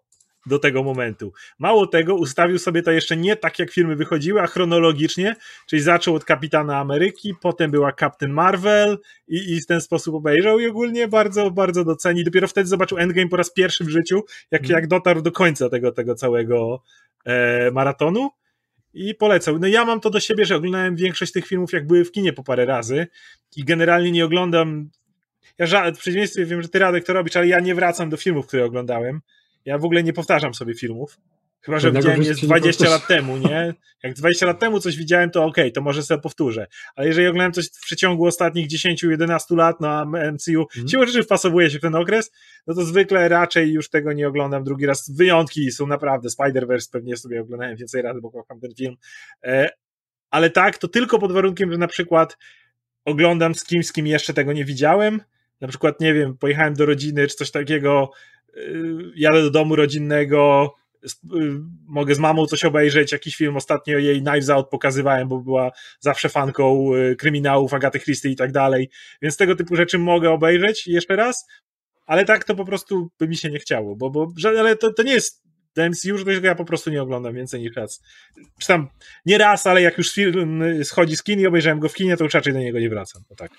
do tego momentu. Mało tego, ustawił sobie to jeszcze nie tak, jak filmy wychodziły, a chronologicznie, czyli zaczął od Kapitana Ameryki, potem była Captain Marvel i w ten sposób obejrzał i ogólnie bardzo, bardzo doceni. Dopiero wtedy zobaczył Endgame po raz pierwszy w życiu, jak dotarł do końca tego całego maratonu i polecał. No ja mam to do siebie, że oglądałem większość tych filmów, jak były w kinie po parę razy i generalnie nie oglądam. W przeciwieństwie, wiem, że ty, Radek, to robisz, ale ja nie wracam do filmów, które oglądałem. Ja w ogóle nie powtarzam sobie filmów. Chyba, że widziałem je 20 lat temu, nie? Jak 20 lat temu coś widziałem, to okej, to może sobie powtórzę. Ale jeżeli oglądałem coś w przeciągu ostatnich 10-11 lat na MCU, siłą rzeczy wpasowuje się w ten okres, no to zwykle raczej już tego nie oglądam drugi raz. Wyjątki są naprawdę. Spider-Verse pewnie sobie oglądałem więcej razy, bo kocham ten film. Ale tak, to tylko pod warunkiem, że na przykład oglądam z kim jeszcze tego nie widziałem. Na przykład, nie wiem, pojechałem do rodziny, czy coś takiego, jadę do domu rodzinnego, mogę z mamą coś obejrzeć, jakiś film, ostatnio jej Knives Out pokazywałem, bo była zawsze fanką kryminałów Agaty Christie i tak dalej, więc tego typu rzeczy mogę obejrzeć jeszcze raz, ale tak to po prostu by mi się nie chciało, ale to nie jest MCU, że ja po prostu nie oglądam więcej niż raz. Czy tam nie raz, ale jak już film schodzi z kin i obejrzałem go w kinie, to już raczej do niego nie wracam, bo tak.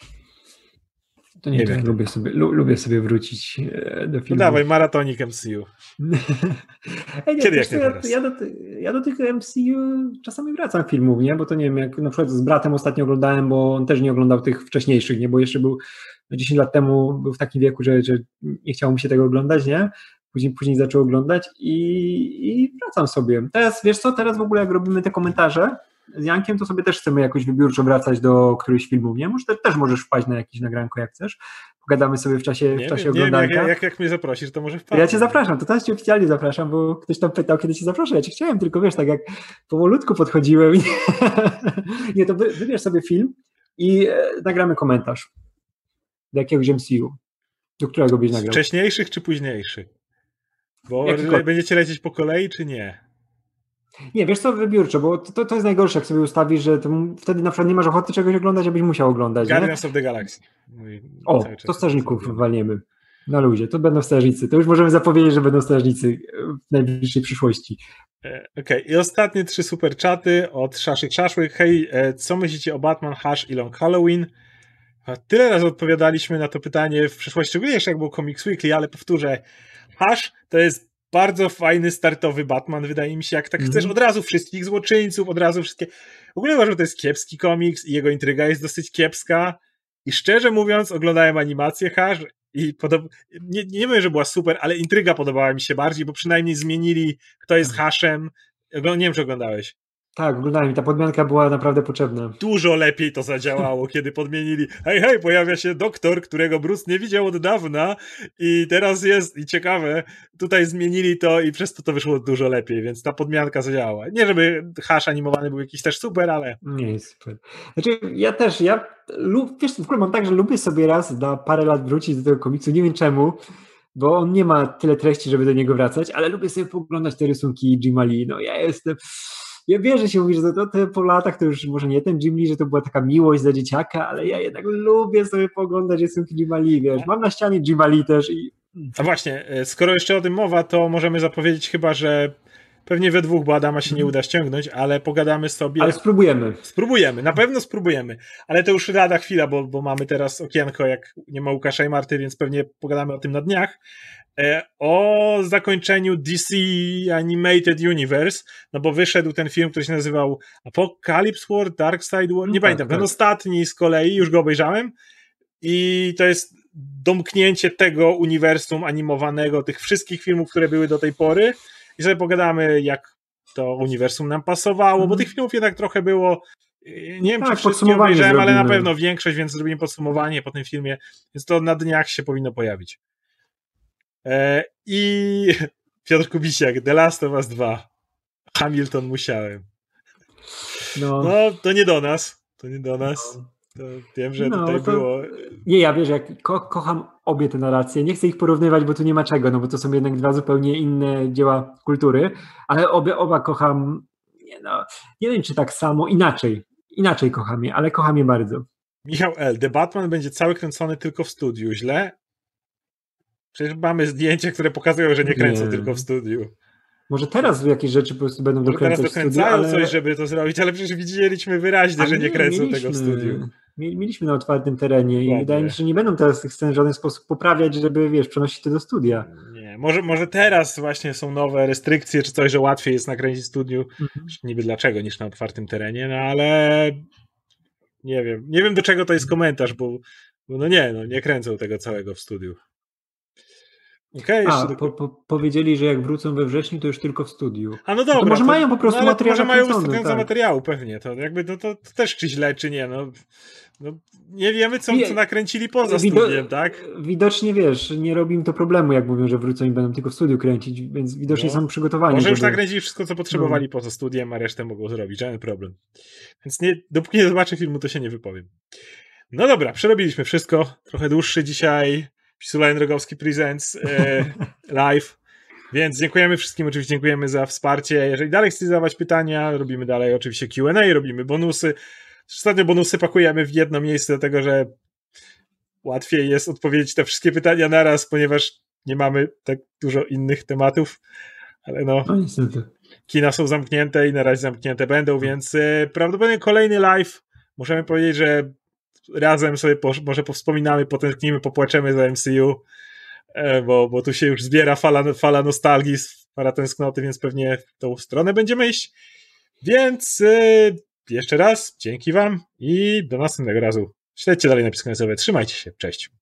To nie wiem. Lubię sobie wrócić do filmu. No dawaj, maratonik MCU. Kiedy jak nie teraz? Ja do tych MCU czasami wracam filmów, nie? Bo to nie wiem, jak na przykład z bratem ostatnio oglądałem, bo on też nie oglądał tych wcześniejszych, nie? Bo jeszcze był 10 lat temu był w takim wieku, że nie chciało mu się tego oglądać, nie? Później zaczął oglądać i wracam sobie. Teraz, wiesz co, teraz w ogóle jak robimy te komentarze z Jankiem, to sobie też chcemy jakoś wybiórczo wracać do którychś filmów, nie? Może też możesz wpaść na jakieś nagranko, jak chcesz. Pogadamy sobie w czasie oglądania. Nie wiem, jak mnie zaprosisz, to może wpaść. Ja cię zapraszam, to teraz cię oficjalnie zapraszam, bo ktoś tam pytał, kiedy cię zaproszę. Ja cię chciałem, tylko wiesz, tak jak powolutku podchodziłem. Nie, to wybierz sobie film i nagramy komentarz do jakiegoś MCU. Do którego byś nagrał? Wcześniejszych czy późniejszych? Bo będziecie lecieć po kolei, czy nie? Nie, wiesz co, wybiórczo, bo to jest najgorsze, jak sobie ustawisz, że wtedy na przykład nie masz ochoty czegoś oglądać, abyś musiał oglądać. Guardians of the Galaxy. To strażników walniemy. Na luzie, to będą strażnicy. To już możemy zapowiedzieć, że będą strażnicy w najbliższej przyszłości. Okej. I ostatnie 3 super czaty od Szaszych Szaszłych. Hej, co myślicie o Batman, Hush i Long Halloween? Tyle razy odpowiadaliśmy na to pytanie w przeszłości, szczególnie jeszcze jak był Comics Weekly, ale powtórzę, Hush to jest bardzo fajny, startowy Batman, wydaje mi się, jak tak chcesz od razu wszystkich złoczyńców, od razu wszystkie... W ogóle uważam, że to jest kiepski komiks i jego intryga jest dosyć kiepska i szczerze mówiąc oglądałem animację Hush i nie mówię, że była super, ale intryga podobała mi się bardziej, bo przynajmniej zmienili, kto jest Hushem. Nie wiem, czy oglądałeś. Tak, oglądałem i ta podmianka była naprawdę potrzebna. Dużo lepiej to zadziałało, kiedy podmienili hej, pojawia się doktor, którego Bruce nie widział od dawna i teraz jest, i ciekawe, tutaj zmienili to i przez to wyszło dużo lepiej, więc ta podmianka zadziałała. Nie, żeby Hush animowany był jakiś też super, ale... Nie jest super. Znaczy, wiesz, w ogóle mam tak, że lubię sobie raz na parę lat wrócić do tego komiksu, nie wiem czemu, bo on nie ma tyle treści, żeby do niego wracać, ale lubię sobie pooglądać te rysunki Jima Lee. No ja wiem, że się mówi, że to po latach to już może nie ten Jim Lee, że to była taka miłość za dzieciaka, ale ja jednak lubię sobie pooglądać rysunki Jima Lee, wiesz. Mam na ścianie Jima Lee też i... A właśnie, skoro jeszcze o tym mowa, to możemy zapowiedzieć chyba, że pewnie we dwóch, bo Adama się nie uda ściągnąć, ale pogadamy sobie... Ale spróbujemy. Spróbujemy, na pewno spróbujemy. Ale to już lada chwila, bo mamy teraz okienko, jak nie ma Łukasza i Marty, więc pewnie pogadamy o tym na dniach. O zakończeniu DC Animated Universe, no bo wyszedł ten film, który się nazywał Apocalypse War, Dark Side War, nie pamiętam, ten ostatni z kolei, już go obejrzałem i to jest domknięcie tego uniwersum animowanego, tych wszystkich filmów, które były do tej pory i sobie pogadamy, jak to uniwersum nam pasowało, bo tych filmów jednak trochę było, nie wiem, czy wszystkie obejrzałem, ale na pewno większość, więc zrobimy podsumowanie po tym filmie, więc to na dniach się powinno pojawić. I Piotr Kubisiak, The Last of Us 2. Hamilton musiałem. No, to nie do nas. To wiem, że tutaj było... Nie, ja wiesz, jak kocham obie te narracje. Nie chcę ich porównywać, bo tu nie ma czego, no bo to są jednak dwa zupełnie inne dzieła kultury, ale oba kocham, nie wiem, czy tak samo, inaczej kocham je, ale kocham je bardzo. Michał L. The Batman będzie cały kręcony tylko w studiu. Źle? Przecież mamy zdjęcia, które pokazują, że nie kręcą tylko w studiu. Może teraz jakieś rzeczy po prostu będą dokręcać teraz dokręcają w studiu, coś, żeby to zrobić, ale przecież widzieliśmy wyraźnie, że nie kręcą tego w studiu. Mieliśmy na otwartym terenie i wydaje mi się, że nie będą teraz tych scen w żaden sposób poprawiać, żeby, wiesz, przenosić to do studia. Nie, może teraz właśnie są nowe restrykcje, czy coś, że łatwiej jest nakręcić w studiu, niby dlaczego, niż na otwartym terenie, no ale nie wiem do czego to jest komentarz, bo nie kręcą tego całego w studiu. Powiedzieli, że jak wrócą we wrześniu, to już tylko w studiu. A no dobra. To może mają po prostu materiał może mają wystarczająco tak. materiału, pewnie. To jakby to też czy źle, czy nie. No, nie wiemy, co nakręcili poza studiem, tak? Widocznie, wiesz, nie robi im to problemu, jak mówią, że wrócą i będą tylko w studiu kręcić, więc widocznie są przygotowani. Może już nakręcili wszystko, co potrzebowali poza studiem, a resztę mogą zrobić, żaden problem. Więc dopóki nie zobaczę filmu, to się nie wypowiem. No dobra, przerobiliśmy wszystko. Trochę dłuższy dzisiaj Pisula Jędrogowski Presents live. Więc dziękujemy wszystkim, oczywiście dziękujemy za wsparcie. Jeżeli dalej chcecie zadawać pytania, robimy dalej oczywiście Q&A, robimy bonusy. Ostatnio bonusy pakujemy w jedno miejsce, dlatego że łatwiej jest odpowiedzieć te wszystkie pytania naraz, ponieważ nie mamy tak dużo innych tematów. Ale niestety. Kina są zamknięte i na razie zamknięte będą, więc prawdopodobnie kolejny live. Możemy powiedzieć, że razem sobie może powspominamy, potęsknimy, popłaczemy za MCU. Bo tu się już zbiera fala nostalgii, fala tęsknoty, więc pewnie w tą stronę będziemy iść. Więc jeszcze raz dzięki wam i do następnego razu. Śledźcie dalej napisy końcowe. Trzymajcie się. Cześć.